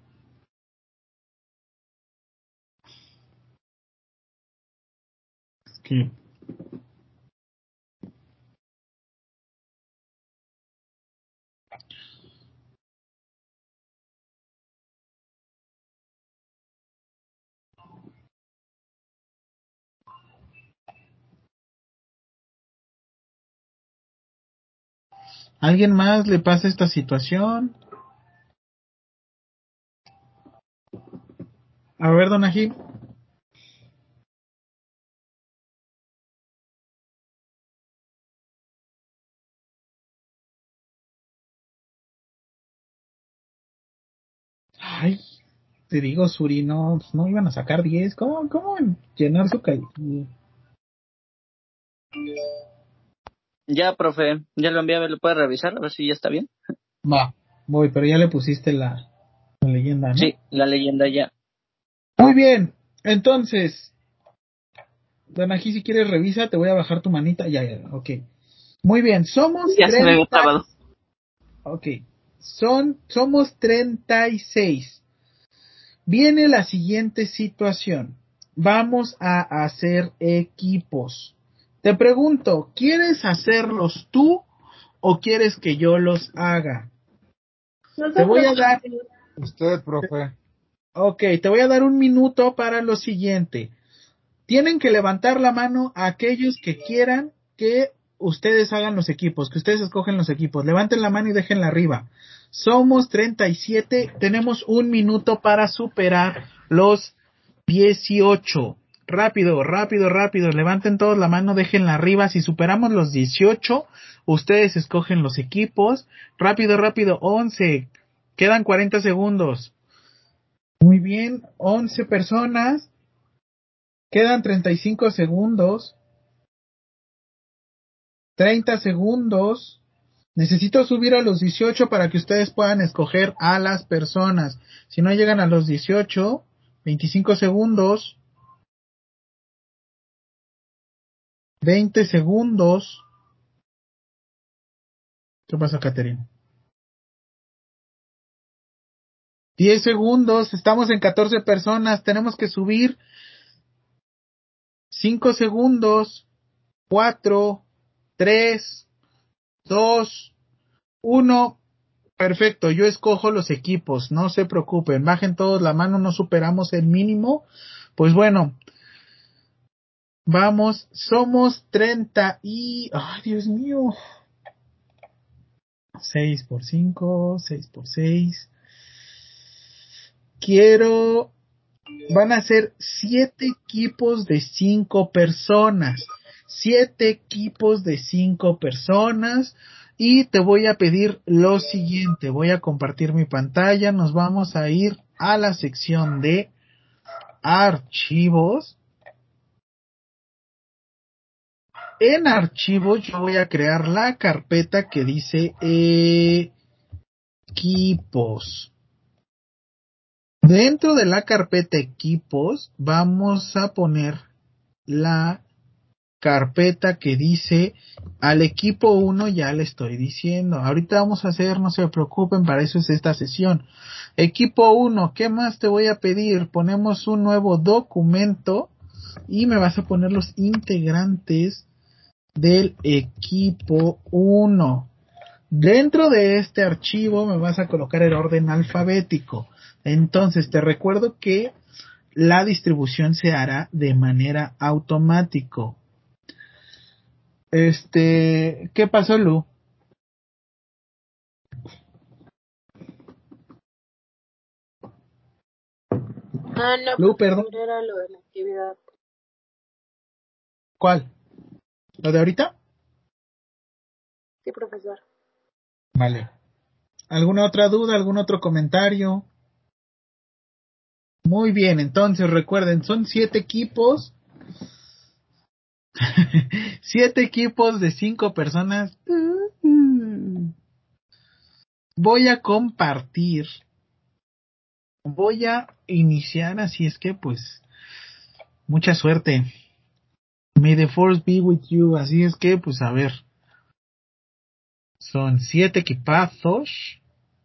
Speaker 1: Es que ¿alguien más le pasa esta situación? A ver, don Ají. Ay, te digo, Suri, no iban a sacar 10. ¿Cómo llenar su calificación?
Speaker 5: Ya, profe, ya lo envié, ¿lo puede revisar? A ver si ya está bien.
Speaker 1: Va, voy, pero ya le pusiste la leyenda, ¿no?
Speaker 5: Sí, la leyenda ya.
Speaker 1: Muy bien, entonces, don Ají, si quieres revisa, te voy a bajar tu manita. Ya, ok. Muy bien, somos
Speaker 2: ya 30. Se me había trabado.
Speaker 1: Ok, somos 36. Viene la siguiente situación. Vamos a hacer equipos. Te pregunto, ¿quieres hacerlos tú o quieres que yo los haga? Te voy a dar...
Speaker 4: Usted, profe.
Speaker 1: Ok, te voy a dar 1 minuto para lo siguiente. Tienen que levantar la mano a aquellos que quieran que ustedes hagan los equipos, que ustedes escogen los equipos. Levanten la mano y déjenla arriba. Somos 37, tenemos 1 minuto para superar los 18. Rápido, levanten todos la mano, déjenla arriba. Si superamos los 18, ustedes escogen los equipos. Rápido, 11. Quedan 40 segundos. Muy bien, 11 personas. Quedan 35 segundos. 30 segundos. Necesito subir a los 18 para que ustedes puedan escoger a las personas. Si no llegan a los 18, 25 segundos. 20 segundos. ¿Qué pasa, Caterina? 10 segundos. Estamos en 14 personas. Tenemos que subir. 5 segundos. 4, 3, 2, 1. Perfecto, yo escojo los equipos, no se preocupen, bajen todos la mano, no superamos el mínimo. Pues bueno, vamos, somos 30 y... ¡Ay, Dios mío! 6 por 5, 6 por 6. Van a ser 7 equipos de 5 personas. 7 equipos de 5 personas. Y te voy a pedir lo siguiente. Voy a compartir mi pantalla. Nos vamos a ir a la sección de archivos. En archivos yo voy a crear la carpeta que dice equipos. Dentro de la carpeta equipos vamos a poner la carpeta que dice al equipo 1, ya le estoy diciendo. Ahorita vamos a hacer, no se preocupen, para eso es esta sesión. Equipo 1, ¿qué más te voy a pedir? Ponemos un nuevo documento y me vas a poner los integrantes del equipo 1. Dentro de este archivo me vas a colocar el orden alfabético. Entonces te recuerdo que la distribución se hará de manera automático. ¿Qué pasó, Lu?
Speaker 3: No,
Speaker 1: Lu, perdón.
Speaker 3: era lo de la actividad.
Speaker 1: ¿Cuál? ¿Lo de ahorita?
Speaker 3: Sí, profesor.
Speaker 1: Vale. ¿Alguna otra duda? ¿Algún otro comentario? Muy bien, entonces recuerden, son 7 equipos. 7 equipos de 5 personas. Voy a compartir. Voy a iniciar, así es que pues mucha suerte. May the force be with you. Así es que pues a ver. Son 7 equipazos.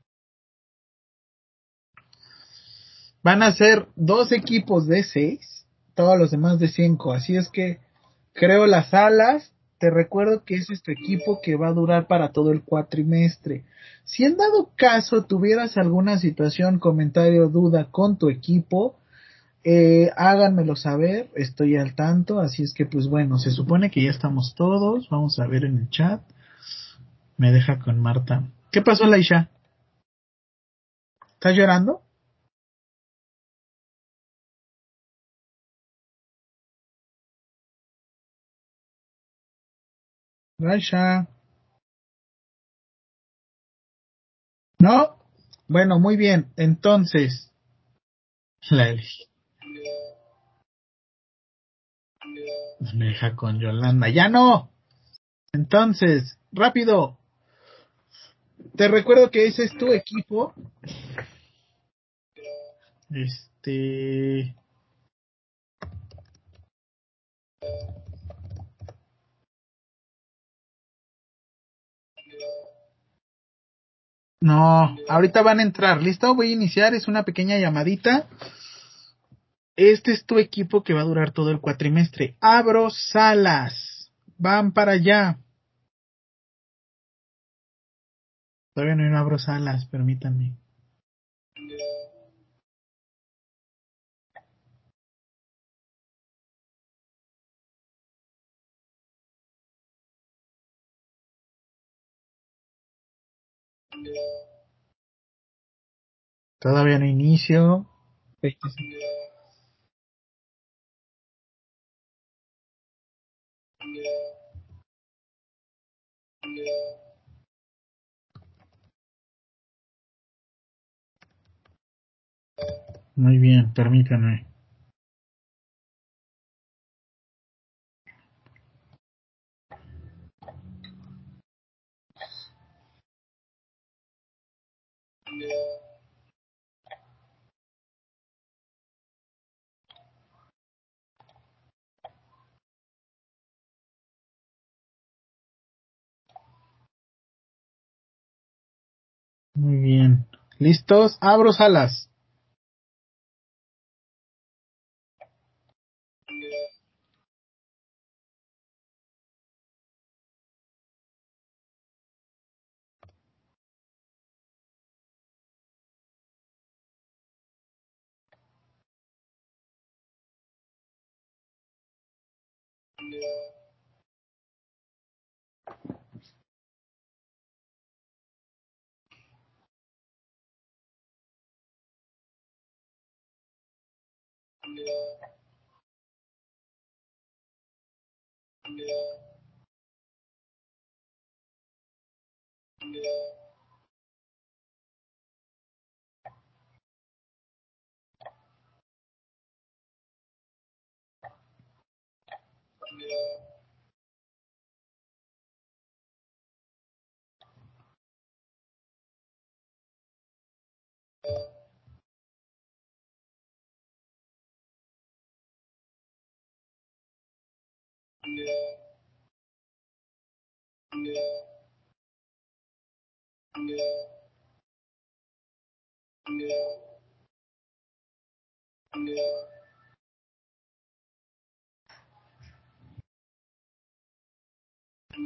Speaker 1: Van a ser 2 equipos de 6. Todos los demás de 5. Así es que creo las salas. Te recuerdo que es este equipo que va a durar para todo el cuatrimestre. Si en dado caso tuvieras alguna situación, comentario, duda con tu equipo, háganmelo saber, estoy al tanto. Así es que pues bueno, se supone que ya estamos todos. Vamos a ver en el chat. Me deja con Marta. ¿Qué pasó, Laisha? ¿Estás llorando? Laisha. ¿No? Bueno, muy bien. Entonces, la elegí. Me deja con Yolanda. ¡Ya no! Entonces, rápido. Te recuerdo que ese es tu equipo. No, ahorita van a entrar. ¿Listo? Voy a iniciar. Es una pequeña llamadita. Este es tu equipo que va a durar todo el cuatrimestre. Abro salas. Van para allá. Todavía no abro salas, permítanme. Todavía no inicio. Muy bien, permítanme. Muy bien. ¿Listos? Abro salas.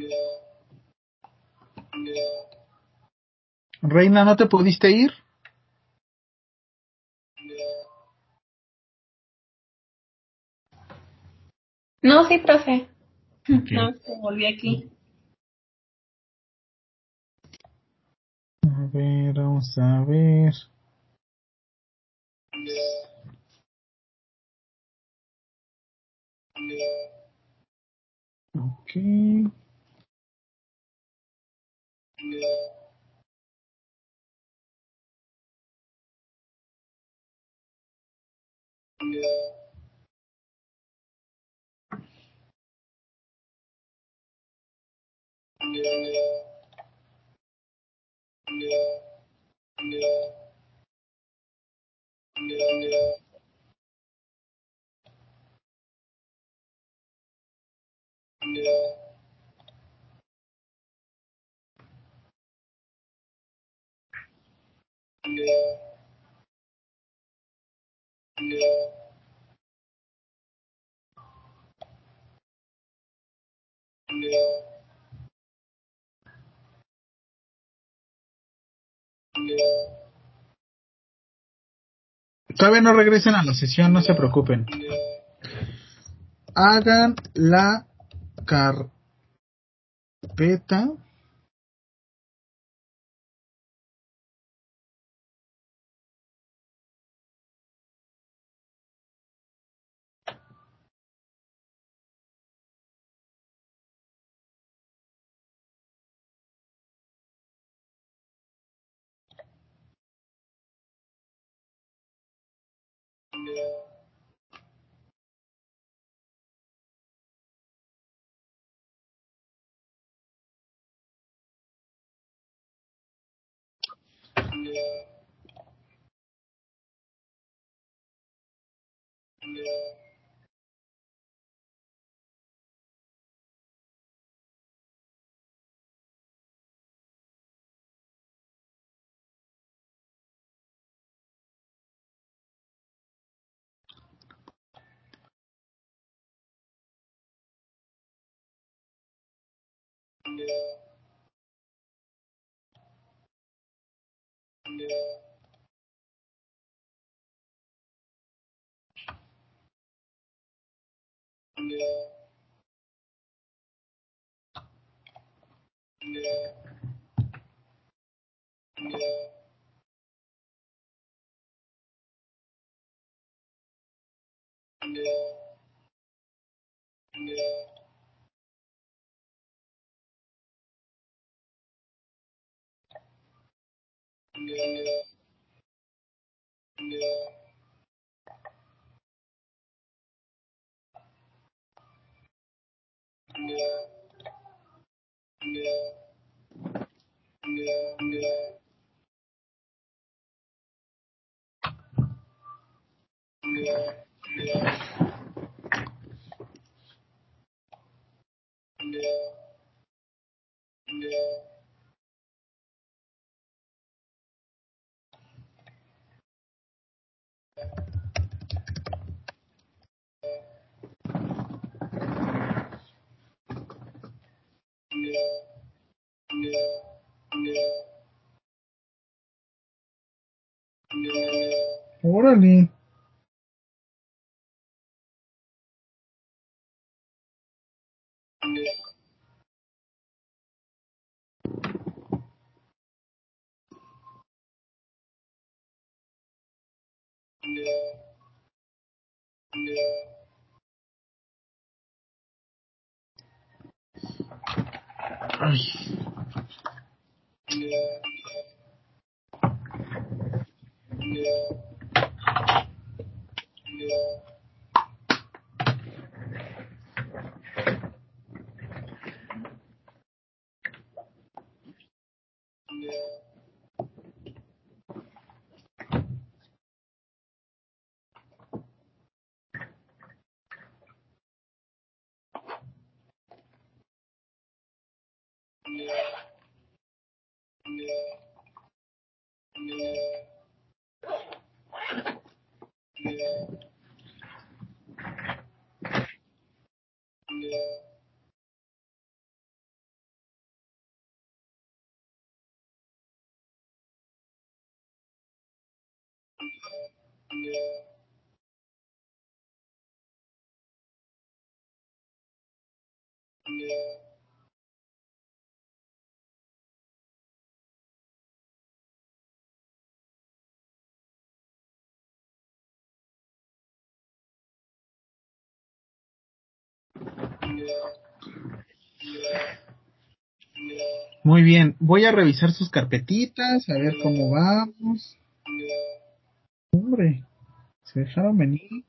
Speaker 1: Reina, ¿no te pudiste ir?
Speaker 3: No, sí, profe.
Speaker 1: Okay.
Speaker 3: No, se volví aquí.
Speaker 1: A ver, vamos a ver. Ok. Todavía no regresen a la sesión, no se preocupen. Hagan la carpeta. Órale. Ay. Muy bien, voy a revisar sus carpetitas, a ver cómo vamos. Hombre, se dejaron venir.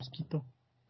Speaker 1: Mosquito.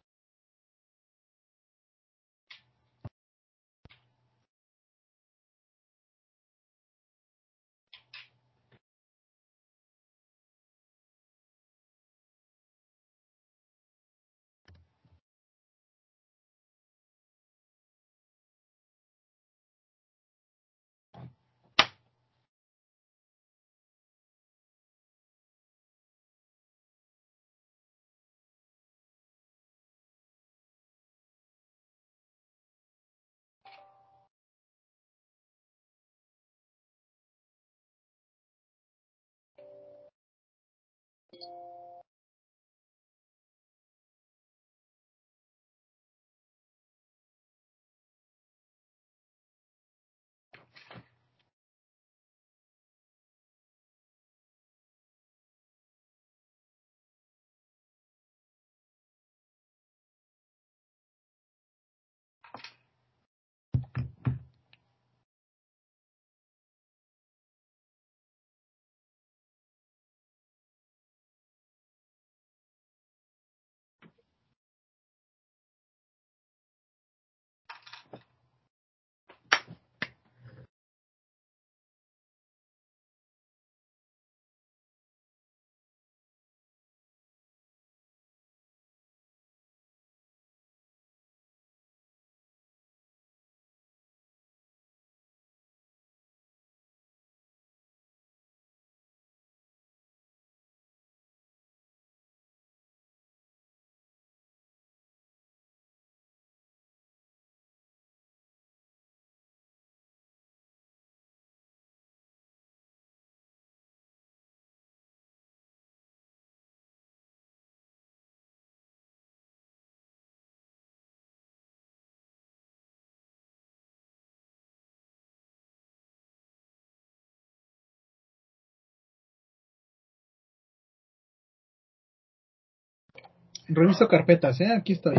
Speaker 1: Reviso carpetas, aquí estoy.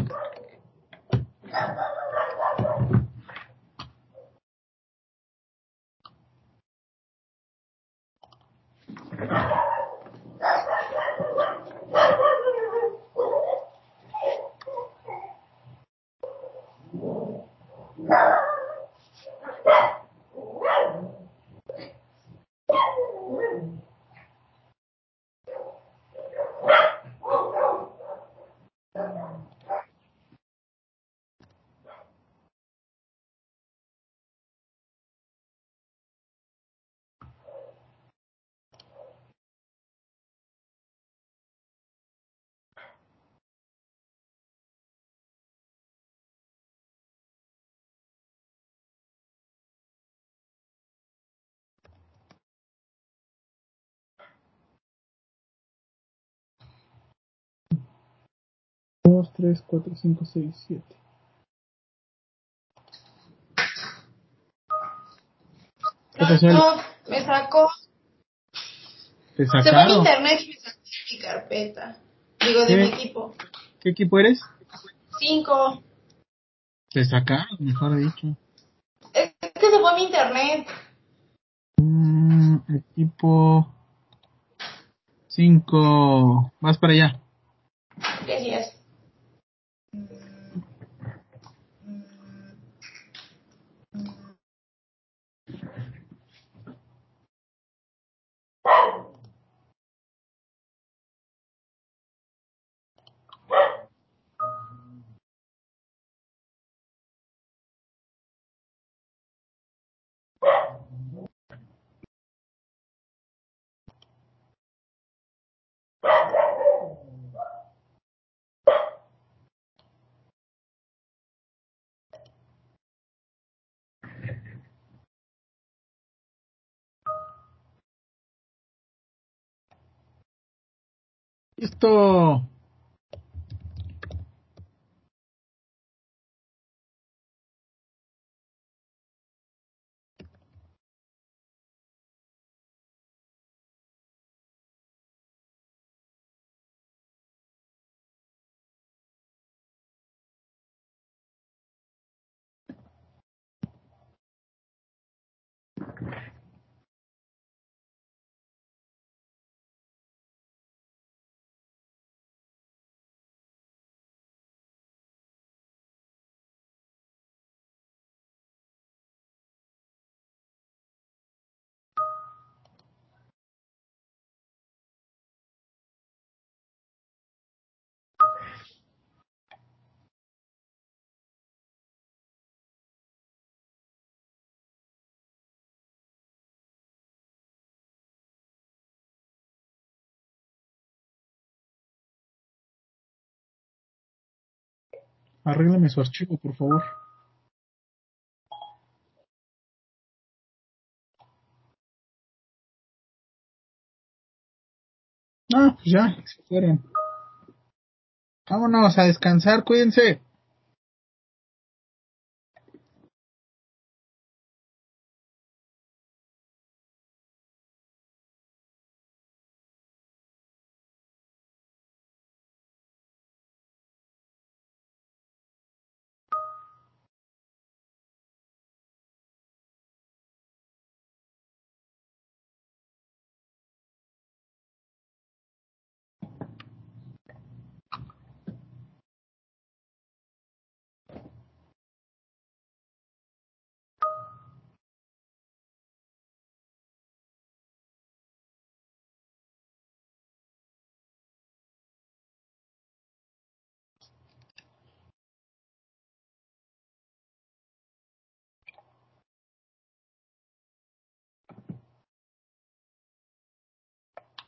Speaker 1: Dos, tres, cuatro, cinco, seis, siete. ¿Qué pasó?
Speaker 3: No, me sacó.
Speaker 1: ¿Te
Speaker 3: Se fue mi
Speaker 1: sacaron?
Speaker 3: internet y me sacó de mi carpeta. Digo, de mi equipo.
Speaker 1: ¿Qué equipo eres?
Speaker 3: 5.
Speaker 1: Te sacaron, mejor dicho.
Speaker 3: Es que se fue mi internet.
Speaker 1: Equipo 5. Vas para allá.
Speaker 3: Gracias.
Speaker 1: Listo. Arréglame su archivo, por favor. Ah, pues ya, se fueron. Vámonos a descansar, cuídense.